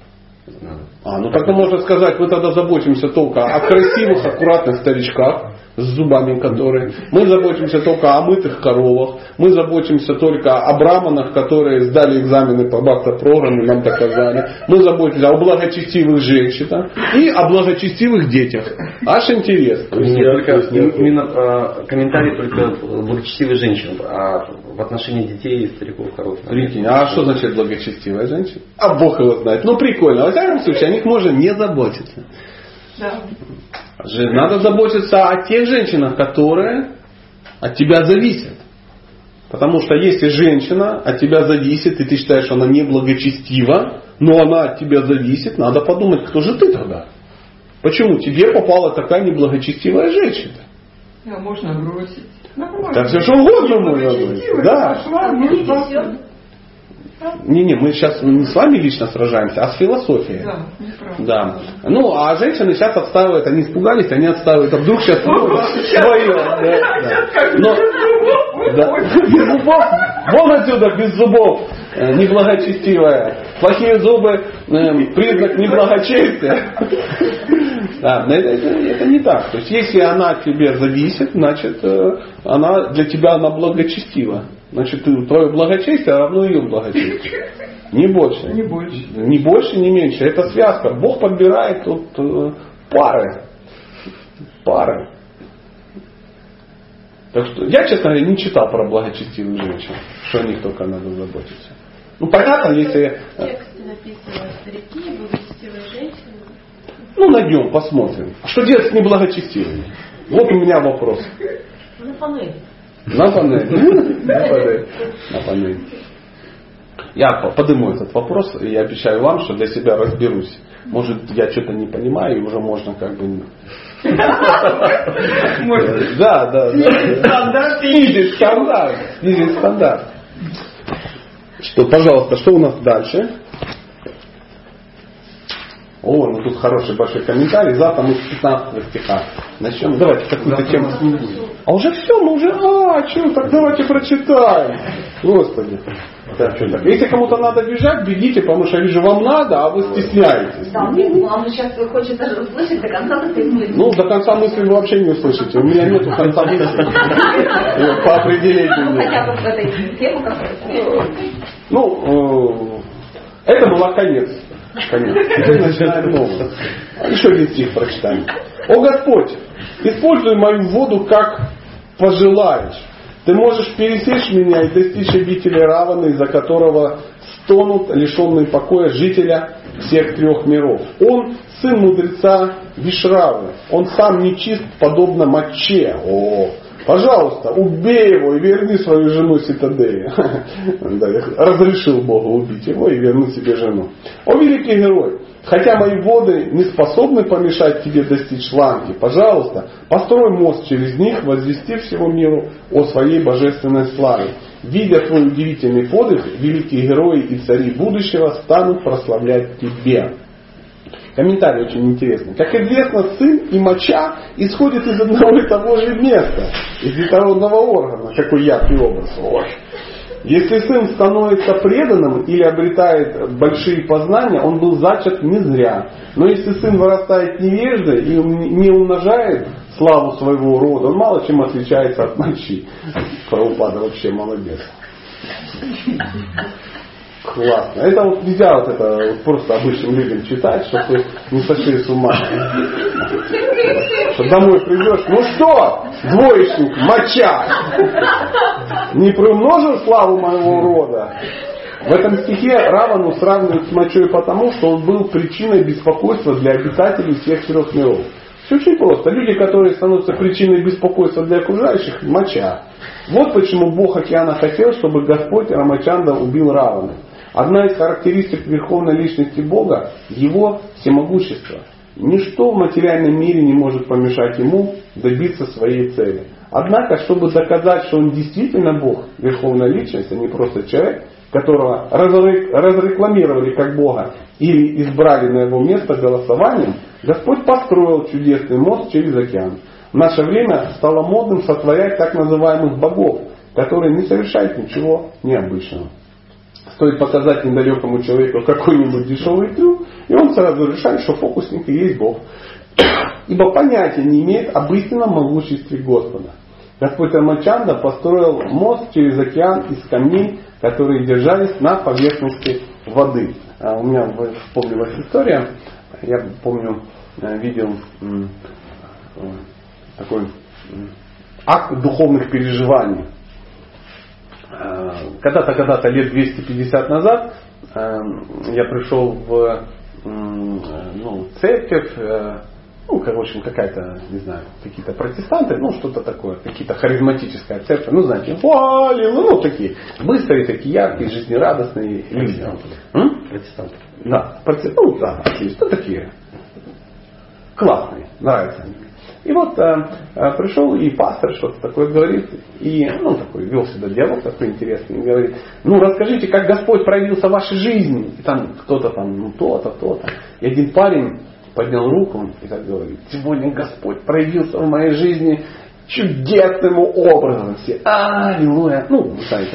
Надо. А, ну тогда можно сказать, мы тогда заботимся только о красивых, аккуратных старичках, с зубами которые. Мы заботимся только о мытых коровах. Мы заботимся только о браманах, которые сдали экзамены по бхакта-программе, нам доказали. Мы заботимся о благочестивых женщинах и о благочестивых детях. Аж интерес. Нет, только именно э, комментарий только благочестивых женщин, а в отношении детей и стариков хороших. Прикинь, а что значит благочестивая женщина? А Бог его знает. Ну прикольно. Во всяком случае, о них можно не заботиться. Да. Надо заботиться о тех женщинах, которые от тебя зависят. Потому что если женщина от тебя зависит, и ты считаешь, что она неблагочестива, но она от тебя зависит, надо подумать, кто же ты тогда? Почему тебе попала такая неблагочестивая женщина? Да, можно бросить. Нормально. Да все что угодно можно бросить. Да. Пошла, ну, завтра. Не-не, мы сейчас не с вами лично сражаемся, а с философией. Да, неправда. Да. Ну, а женщины сейчас отстаивают, они испугались, они отстаивают, а вдруг сейчас свое. Но, да. Без зубов, вон отсюда, без зубов, неблагочестивая. Плохие зубы, признак неблагочестия. Да, это, это, это не так. То есть, если она от тебя зависит, значит, она для тебя она благочестива. Значит, твое благочестие равно ее благочестию. Не больше. Не больше. Не больше, не меньше. Это связка. Бог подбирает тут э, пары. Пары. Так что я, честно говоря, не читал про благочестивых женщин, что о них только надо заботиться. Ну, понятно, если... В тексте написано старики, благочестивые женщины. Ну, найдем, посмотрим. А что делать с неблагочестивыми? Вот у меня вопрос. На панель. На панель. На панель. На панель. Я подниму этот вопрос, и я обещаю вам, что для себя разберусь. Может, я что-то не понимаю, и уже можно как бы... Да, да, да. Снизить стандарт. Снизить стандарт. Что, пожалуйста, что у нас дальше? О, ну тут хороший большой комментарий. Завтра мы с пятнадцатого стиха начнем. Давайте какую-то тему. А уже все, мы уже, а, что, так давайте прочитаем. Господи. Так, что так. Если кому-то надо бежать, бегите, потому что я вижу, вам надо, а вы стесняетесь. Да, мне вам сейчас хочет даже услышать до конца этой мысли. Ну, до конца мысли вы вообще не услышите. У меня нету конца мысли. По определению. Хотя бы в этой тему какой-то. Ну, это была конец. Конец. Теперь начинаем новое. Еще один стих прочитаем. О Господь, используй мою воду как пожелаешь. Ты можешь пересечь меня и достичь обители Раваны, из-за которого стонут лишенные покоя жителя всех трех миров. Он сын мудреца Вишравы. Он сам нечист, подобно моче. О, пожалуйста, убей его и верни свою жену Ситадею. Разрешил Богу убить его и вернуть себе жену. О великий герой, хотя мои воды не способны помешать тебе достичь Ланки, пожалуйста, построй мост через них, возвести всему миру о своей божественной славе. Видя твой удивительный подвиг, великие герои и цари будущего станут прославлять тебе. Комментарий очень интересный. Как известно, сын и моча исходят из одного и того же места, из детородного органа. Какой яркий образ. Ой. Если сын становится преданным или обретает большие познания, он был зачат не зря. Но если сын вырастает невеждой и не умножает славу своего рода, он мало чем отличается от мочи. Прабхупада вообще молодец. Классно. Это вот нельзя вот это вот просто обычным людям читать, чтобы вы не сошли с ума. Что домой придешь, ну что, двоечник, моча, не приумножил славу моего рода? В этом стихе Равану сравнивают с мочой потому, что он был причиной беспокойства для обитателей всех трех миров. Все очень просто. Люди, которые становятся причиной беспокойства для окружающих, моча. Вот почему Бог океана хотел, чтобы Господь Рамачандра убил Равану. Одна из характеристик верховной личности Бога – его всемогущество. Ничто в материальном мире не может помешать ему добиться своей цели. Однако, чтобы доказать, что он действительно Бог, верховная личность, а не просто человек, которого разрекламировали как Бога или избрали на его место голосованием, Господь построил чудесный мост через океан. В наше время стало модным сотворять так называемых богов, которые не совершают ничего необычного. Стоит показать недалекому человеку какой-нибудь дешевый трюк, и он сразу решает, что фокусник и есть Бог. ибо понятия не имеет об истинном могуществе Господа. Господь Рамачандра построил мост через океан из камней, которые держались на поверхности воды. А у меня вспомнилась история. Я помню, видел такой акт духовных переживаний. Когда-то, когда-то, лет двести пятьдесят назад, я пришел в ну, церковь, ну, в общем, какая-то, не знаю, какие-то протестанты, ну, что-то такое, какие-то харизматическая церковь, ну, знаете, ну, такие быстрые, такие яркие, жизнерадостные люди. Протестанты. Да, протестанты, ну, да, отлично, ну, такие классные, нравятся они. И вот а, а, пришел и пастор что-то такое говорит, и, ну, такой, вел сюда диалог такой интересный, и говорит, ну, расскажите, как Господь проявился в вашей жизни. И там кто-то там, ну, то-то, то-то. И один парень поднял руку и так говорит, сегодня Господь проявился в моей жизни чудесным образом. Все, аллилуйя. Ну, вы знаете,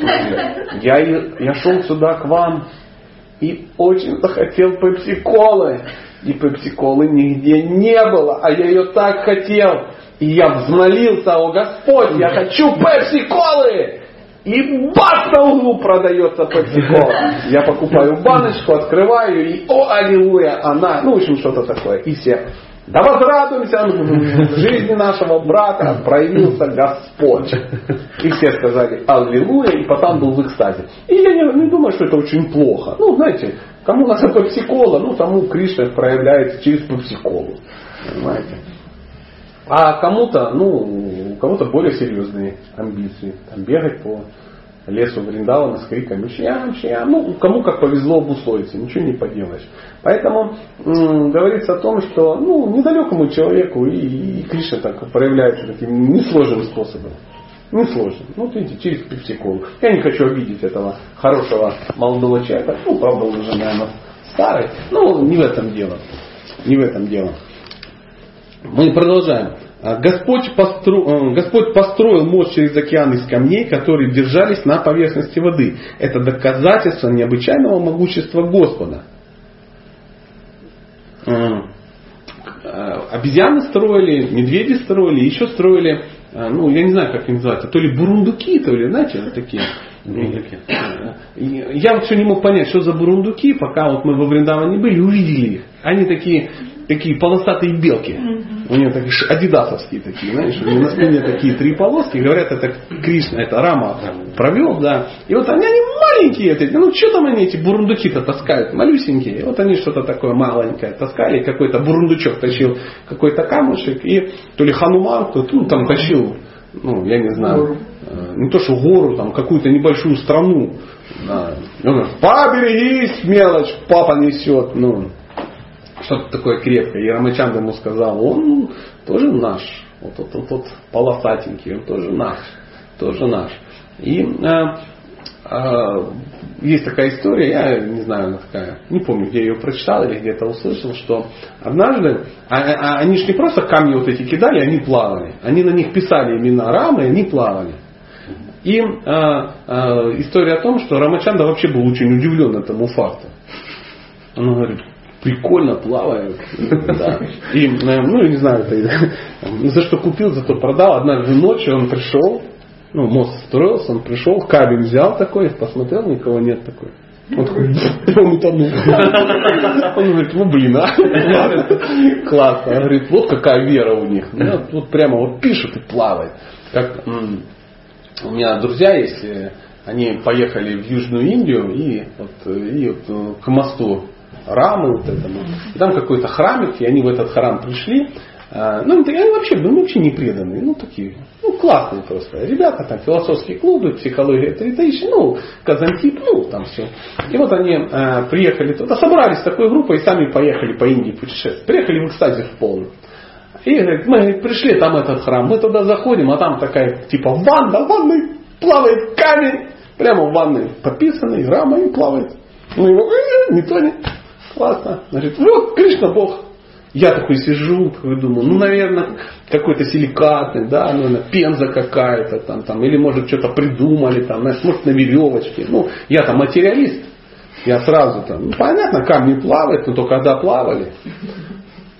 я, я шел сюда к вам и очень захотел пепси-колы. И пепси-колы нигде не было, а я ее так хотел. И я взмолился, о Господь, я хочу пепси-колы. И бац, на углу продается пепси-кола. Я покупаю баночку, открываю, и о, аллилуйя, она, ну, в общем, что-то такое. И все, да возрадуемся, в жизни нашего брата проявился Господь. И все сказали аллилуйя, и потом был в экстазе. И я не, не думаю, что это очень плохо. Ну, знаете, кому надо пепси-кола, ну, тому Кришна проявляется через пепси-колу. Понимаете? А кому-то, ну, у кого-то более серьезные амбиции. Там бегать по лесу Вриндавана с криками «Шьям, шьям». Ну, кому как повезло обусловиться, ничего не поделаешь. Поэтому м- говорится о том, что ну, недалекому человеку и, и Кришна так проявляется таким несложным способом. Несложно. Ну, вот видите, через пепси-колу. Я не хочу обидеть этого хорошего молодого человека. Ну, правда, он уже, наверное, старый. Ну, не в этом дело. Не в этом дело. Мы продолжаем. Господь, постро... Господь построил мост через океан из камней, которые держались на поверхности воды. Это доказательство необычайного могущества Господа. Обезьяны строили, медведи строили, еще строили, ну, я не знаю, как их называется, то ли бурундуки, то ли, знаете, вот такие. Бурундуки. Я вот все не мог понять, что за бурундуки, пока вот мы во Вриндаване были, увидели их. Они такие, такие полосатые белки. У него такие адидасовские такие, знаешь, у него на спине такие три полоски. Говорят, это Кришна, это Рама провел, да. И вот они, они маленькие, эти, ну что там они эти бурундуки-то таскают, малюсенькие. И вот они что-то такое маленькое таскали, какой-то бурундучок тащил какой-то камушек, и то ли Хануман, кто ну, там тащил, ну, я не знаю, не то что гору, там какую-то небольшую страну. Да. И он говорит, поберегись, мелочь, папа несет, ну. Что-то такое крепкое. И Рамачандра ему сказал, он тоже наш. Вот тот вот, вот, вот, полосатенький, он тоже наш. Тоже наш. И а, а, есть такая история, я не знаю, она такая, не помню, где я ее прочитал или где-то услышал, что однажды, а, а, они же не просто камни вот эти кидали, они плавали. Они на них писали имена Рамы, и они плавали. И а, а, история о том, что Рамачандра вообще был очень удивлен этому факту. Он говорит, прикольно плавает. Да. И, ну, я не знаю, это, за что купил, зато продал. Однажды ночью он пришел, ну, мост строился, он пришел, кабель взял такой, посмотрел, никого нет такой. Он такой, он утонул. Он говорит, ну блин, а. Классно. Он говорит, вот какая вера у них. Ну, вот прямо вот пишут и плавает. Как у меня друзья есть, они поехали в Южную Индию и вот, и вот к мосту Рамы вот этому. И там какой-то храмик, и они в этот храм пришли. Ну, они вообще, ну, вообще не преданные, ну, такие, ну, классные просто. Ребята, там, философские клубы, психология три тысячи, ну, Казантип, ну, там все. И вот они э, приехали туда, собрались с такой группой и сами поехали по Индии путешествовать. Приехали в экстазе в полном. И говорят, мы пришли, там этот храм, мы туда заходим, а там такая, типа, ванна, в ванной плавает камень, прямо в ванной пописанный, Рама и плавает. Ну, его, э, не тонет. Классно. Значит, вот, Кришна Бог. Я такой сижу, такой думаю, ну, наверное, какой-то силикатный, да, наверное, пенза какая-то там, там, или, может, что-то придумали, там, знаешь, может, на веревочке. Ну, я там материалист. Я сразу там, ну, понятно, камни плавают, но только когда плавали.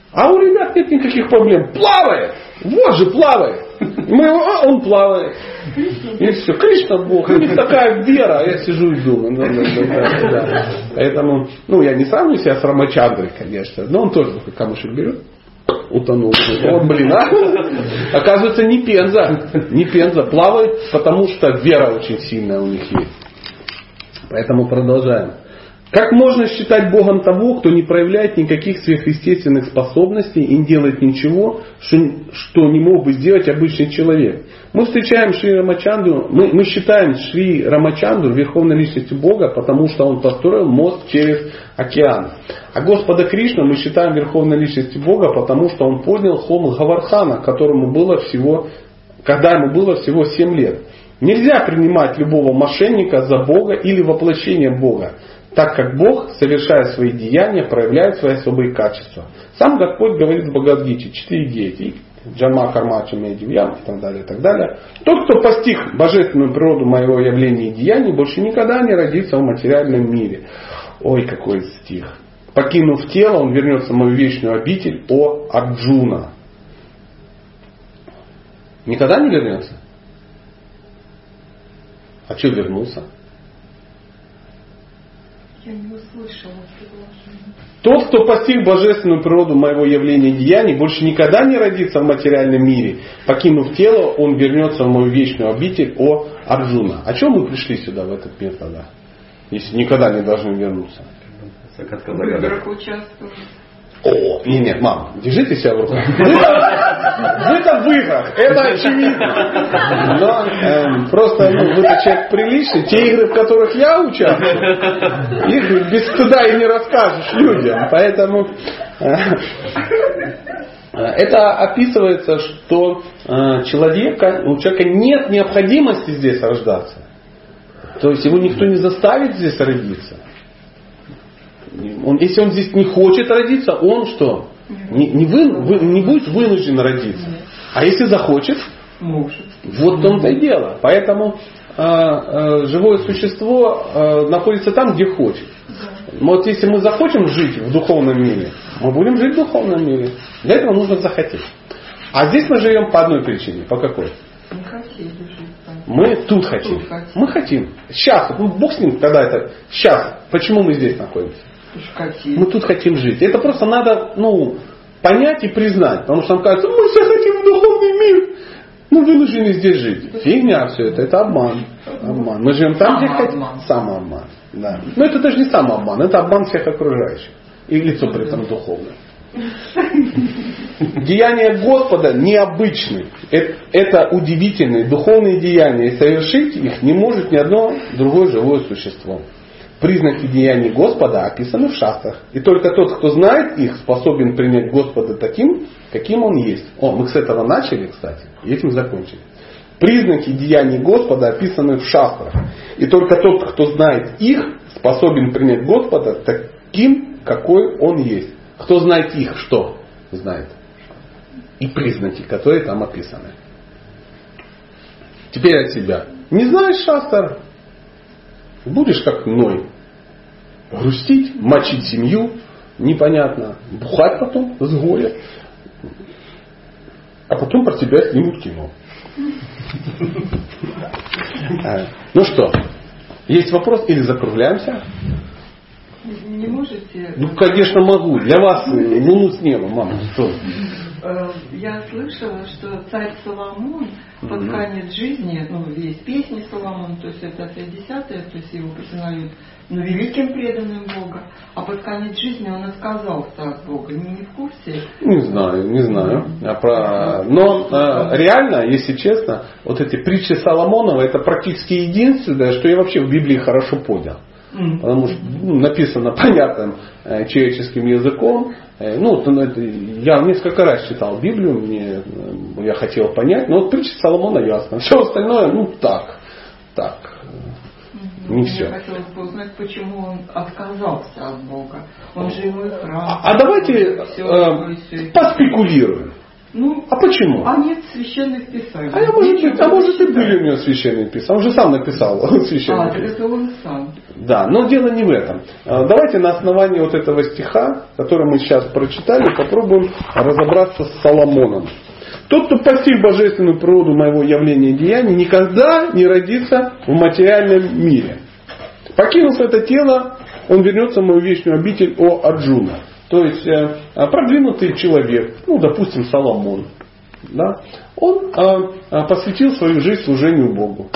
А у ребят нет никаких проблем. Плавает! Вот же плавает! Мы, а он плавает. И все. Кришна Бог. У них такая вера. А я сижу и думаю. Да, да, да, да. Поэтому, ну, я не сравниваю себя с Рамачандрой, конечно. Но он тоже такой камушек берет. Утонул. Вот, блин, а? Оказывается, не Пенза. Не Пенза. Плавает, потому что вера очень сильная у них есть. Поэтому продолжаем. Как можно считать Богом того, кто не проявляет никаких сверхъестественных способностей и не делает ничего, что, что не мог бы сделать обычный человек? Мы встречаем Шри Рамачандру, мы, мы считаем Шри Рамачандру верховной личностью Бога, потому что он построил мост через океан. А Господа Кришну мы считаем верховной личностью Бога, потому что он поднял холм Гавардхана, которому было всего, когда ему было всего семь лет. Нельзя принимать любого мошенника за Бога или воплощение Бога, так как Бог, совершая свои деяния, проявляет свои особые качества. Сам Господь говорит в Бхагавад-гите четыре девять, Джанма Кармача Медивьям и так далее, и так далее. Тот, кто постиг божественную природу моего явления и деяний, больше никогда не родится в материальном мире. Ой, какой стих. Покинув тело, он вернется в мою вечную обитель, о Арджуна. Никогда не вернется? А что вернулся? Я не услышала предложение. Тот, кто постиг божественную природу моего явления и деяний, больше никогда не родится в материальном мире. Покинув тело, он вернется в мою вечную обитель, о Арджуна. О чем мы пришли сюда, в этот мир тогда? Если никогда не должны вернуться. В выборах участвовать. О, нет, нет, мам, держите себя в руках. Вы-то в играх, это очевидно. Но эм, просто ну, вы-то человек приличный. Те игры, в которых я участвую, их без стыда и не расскажешь людям. Поэтому э, это описывается, что э, человека, у человека нет необходимости здесь рождаться. То есть его никто не заставит здесь родиться. Он, если он здесь не хочет родиться, он что? Не, не, вы, вы, не будет вынужден родиться. А если захочет, может. Вот в том-то и дело. Поэтому э, э, живое существо э, находится там, где хочет. Вот если мы захотим жить в духовном мире, мы будем жить в духовном мире. Для этого нужно захотеть. А здесь мы живем по одной причине. По какой? Мы хотели жить там. Мы тут хотим. Тут хотим. Мы хотим. Сейчас. Ну, Бог с ним, когда это. Сейчас. Почему мы здесь находимся? Мы тут хотим жить. Это просто надо, ну, понять и признать. Потому что нам кажется, мы все хотим в духовный мир. Мы вынуждены здесь жить. Фигня все это. Это обман. обман. Мы живем там, где хотим. Самообман. Да. Но это даже не самообман. Это обман всех окружающих. И лицо при этом духовное. Деяния Господа необычны. Это, это удивительные духовные деяния. И совершить их не может ни одно другое живое существо. Признаки деяний Господа описаны в шастрах. И только тот, кто знает их, способен принять Господа таким, каким Он есть. О, мы с этого начали, кстати, и этим закончили. Признаки деяний Господа описаны в шастрах. И только тот, кто знает их, способен принять Господа таким, какой Он есть. Кто знает их, что знает? И признаки, которые там описаны. Теперь от себя. Не знаешь шастр? Будешь как Ной. Грустить, мочить семью, непонятно. Бухать потом с горя. А потом про тебя снимут кино. Ну что, есть вопрос или закругляемся? Не можете? Ну, конечно, могу. Для вас луну с неба, мама. Что? Я слышала, что царь Соломон под конец жизни, ну, есть песни Соломона, то есть это пятидесятые, то есть его признают ну, великим преданным Бога, а под конец жизни он отказался от Бога. Не, не в курсе? Не знаю, не знаю. Я про... Но э, реально, если честно, вот эти притчи Соломонова, это практически единственное, что я вообще в Библии хорошо понял. Потому что ну, написано понятным э, человеческим языком. Э, ну, это, я несколько раз читал Библию, мне, э, я хотел понять, но вот притча Соломона ясно. Все остальное, ну так, так, э, не все. Я хотела бы узнать, почему он отказался от Бога. Он же ему и храм. А, а давайте все, э, все, поспекулируем. Ну, А почему? А нет священных писаний. А, я, может, быть, а может и были у него священные писания. Он же сам написал священные А, так писания. это он сам. Да, но дело не в этом. Давайте на основании вот этого стиха, который мы сейчас прочитали, попробуем разобраться с Соломоном. Тот, кто постиг божественную природу моего явления и деяния, никогда не родится в материальном мире. Покинув это тело, он вернется в мою вечную обитель о Арджуна. То есть э, продвинутый человек, ну, допустим, Соломон, да, он э, посвятил свою жизнь служению Богу.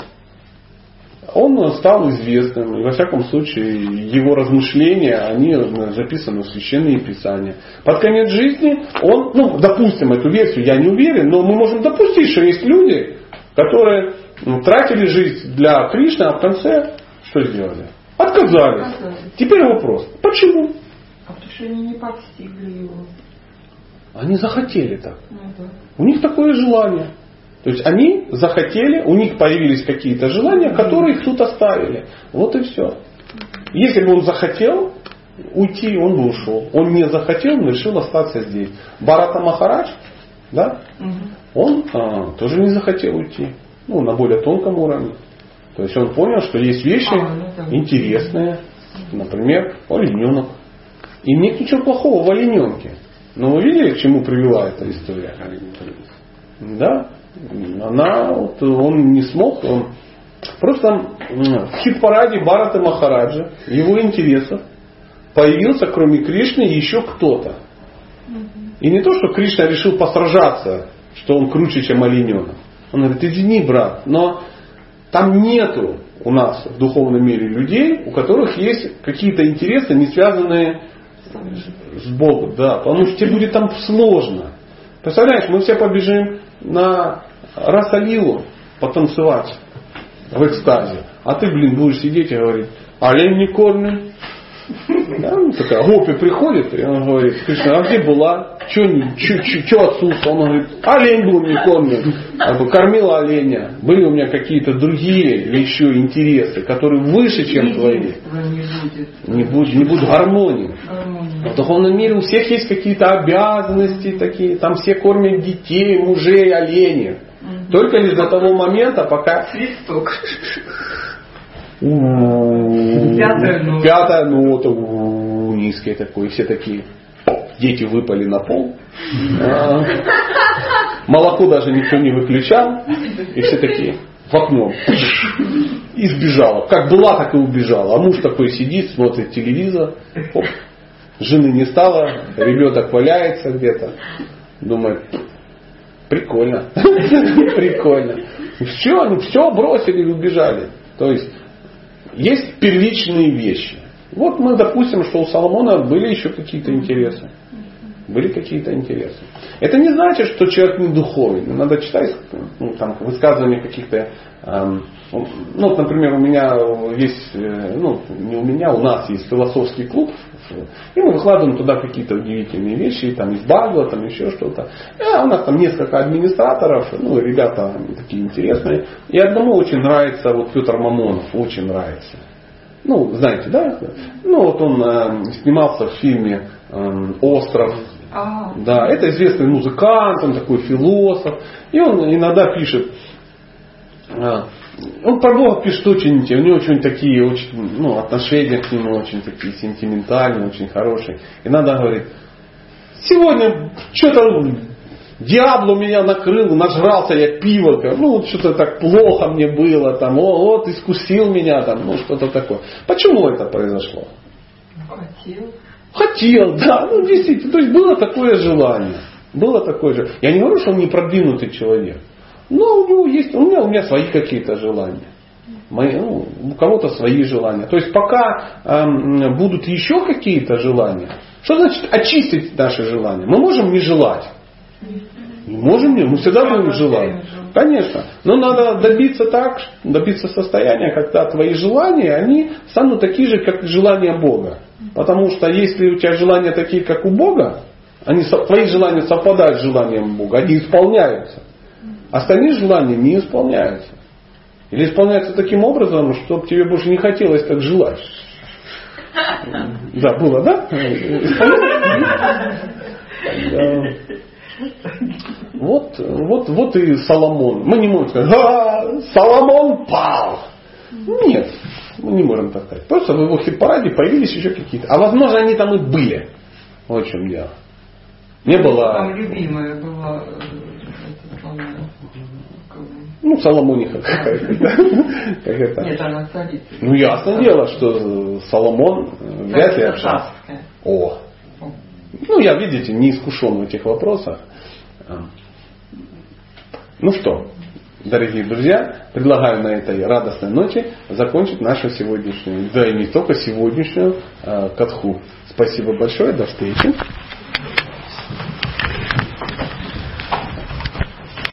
Он стал известным, и во всяком случае его размышления, они записаны в священные писания. Под конец жизни он, ну, допустим, эту версию, я не уверен, но мы можем допустить, что есть люди, которые ну, тратили жизнь для Кришны, а в конце что сделали? Отказались. Отказались. Теперь вопрос, почему? А потому что они не постигли его. Они захотели так. Ну, да. У них такое желание. То есть они захотели, у них появились какие-то желания, которые их тут оставили. Вот и все. Если бы он захотел уйти, он бы ушел. Он не захотел, он решил остаться здесь. Бхарата Махарадж, да, Угу. он а, тоже не захотел уйти. Ну, на более тонком уровне. То есть он понял, что есть вещи А, ну да. интересные. Например, олененок. И нет ничего плохого в олененке. Но вы видели, к чему привела эта история? Да? Она, вот, он не смог, он просто в хит-параде Бхараты Махараджа, его интересов, появился кроме Кришны еще кто-то. И не то, что Кришна решил посражаться, что он круче, чем олененок. Он говорит, извини, брат, но там нету у нас в духовном мире людей, у которых есть какие-то интересы, не связанные с Богом. Да, потому что тебе будет там сложно. Представляешь, мы все побежим на Раса-лилу потанцевать в экстазе. А ты, блин, будешь сидеть и говорить, олень не кормит. Да, ну, такая гопи приходит, и он говорит, Кришна, а где была? Че отсутствовал? Он говорит, олень был не кормит. Я бы кормила оленя. Были у меня какие-то другие еще интересы, которые выше, чем твои. Не будет. Не будет, не будет гармонии. Гармонии. В духовном мире у всех есть какие-то обязанности такие. Там все кормят детей, мужей, оленей. Угу. Только лишь до того момента, пока... Свисток. Пятая нота. Пятая нота. Низкая такой. Все такие. Дети выпали на пол. Молоко даже никто не выключал. И все такие в окно. И сбежала. Как была, так и убежала. А муж такой сидит, смотрит телевизор. Оп. Жены не стало. Ребенок валяется где-то. Думает, прикольно. Прикольно. Все, они все бросили и убежали. То есть есть первичные вещи. Вот мы допустим, что у Соломона были еще какие-то интересы. Были какие-то интересы. Это не значит, что человек не духовный. Надо читать ну, там, высказывания каких-то... Эм, ну, вот, например, у меня есть... Э, ну, не у меня, у нас есть философский клуб. И мы выкладываем туда какие-то удивительные вещи. Там из Бхагавата, там еще что-то. А у нас там несколько администраторов. Ну, ребята такие интересные. И одному очень нравится вот Петр Мамонов. Очень нравится. Ну, знаете, да? Ну, вот он э, снимался в фильме э, «Остров». А. Да, это известный музыкант, он такой философ. И он иногда пишет, э, он про Бога пишет очень, у него очень такие, очень, ну, отношения к нему очень такие сентиментальные, очень хорошие. Иногда говорит, сегодня что-то Диабло меня накрыл, нажрался я пива, ну вот что-то так плохо мне было, там, о, вот искусил меня, там, ну что-то такое. Почему это произошло? Хотел. Хотел, да, ну действительно, то есть было такое желание. Было такое же. Я не говорю, что он не продвинутый человек. Но у него есть, у меня, у меня свои какие-то желания. Мои, ну, у кого-то свои желания. То есть пока эм, будут еще какие-то желания. Что значит очистить наши желания? Мы можем не желать. Не можем, не, мы всегда будем желать. Конечно. Но надо добиться так, добиться состояния, когда твои желания, они станут такие же, как желания Бога. Потому что если у тебя желания такие, как у Бога, они, твои желания совпадают с желанием Бога, они исполняются. Остальные желания не исполняются. Или исполняются таким образом, чтобы тебе больше не хотелось так желать. Да, было, да? Вот, вот, вот и Соломон. Мы не можем сказать, а, Соломон пал. Нет, мы не можем так сказать. Просто в его хит-параде появились еще какие-то. А возможно, они там и были. Вот в чем дело. Не было... Там любимая была... Это самое, ну, Соломониха какая-то. Нет, она царица. Ну, ясное дело, что Соломон вряд ли общался. О! Ну, я, видите, не искушен в этих вопросах. Ну что, дорогие друзья, предлагаю на этой радостной ноте закончить нашу сегодняшнюю, да и не только сегодняшнюю, катху. Спасибо большое, до встречи.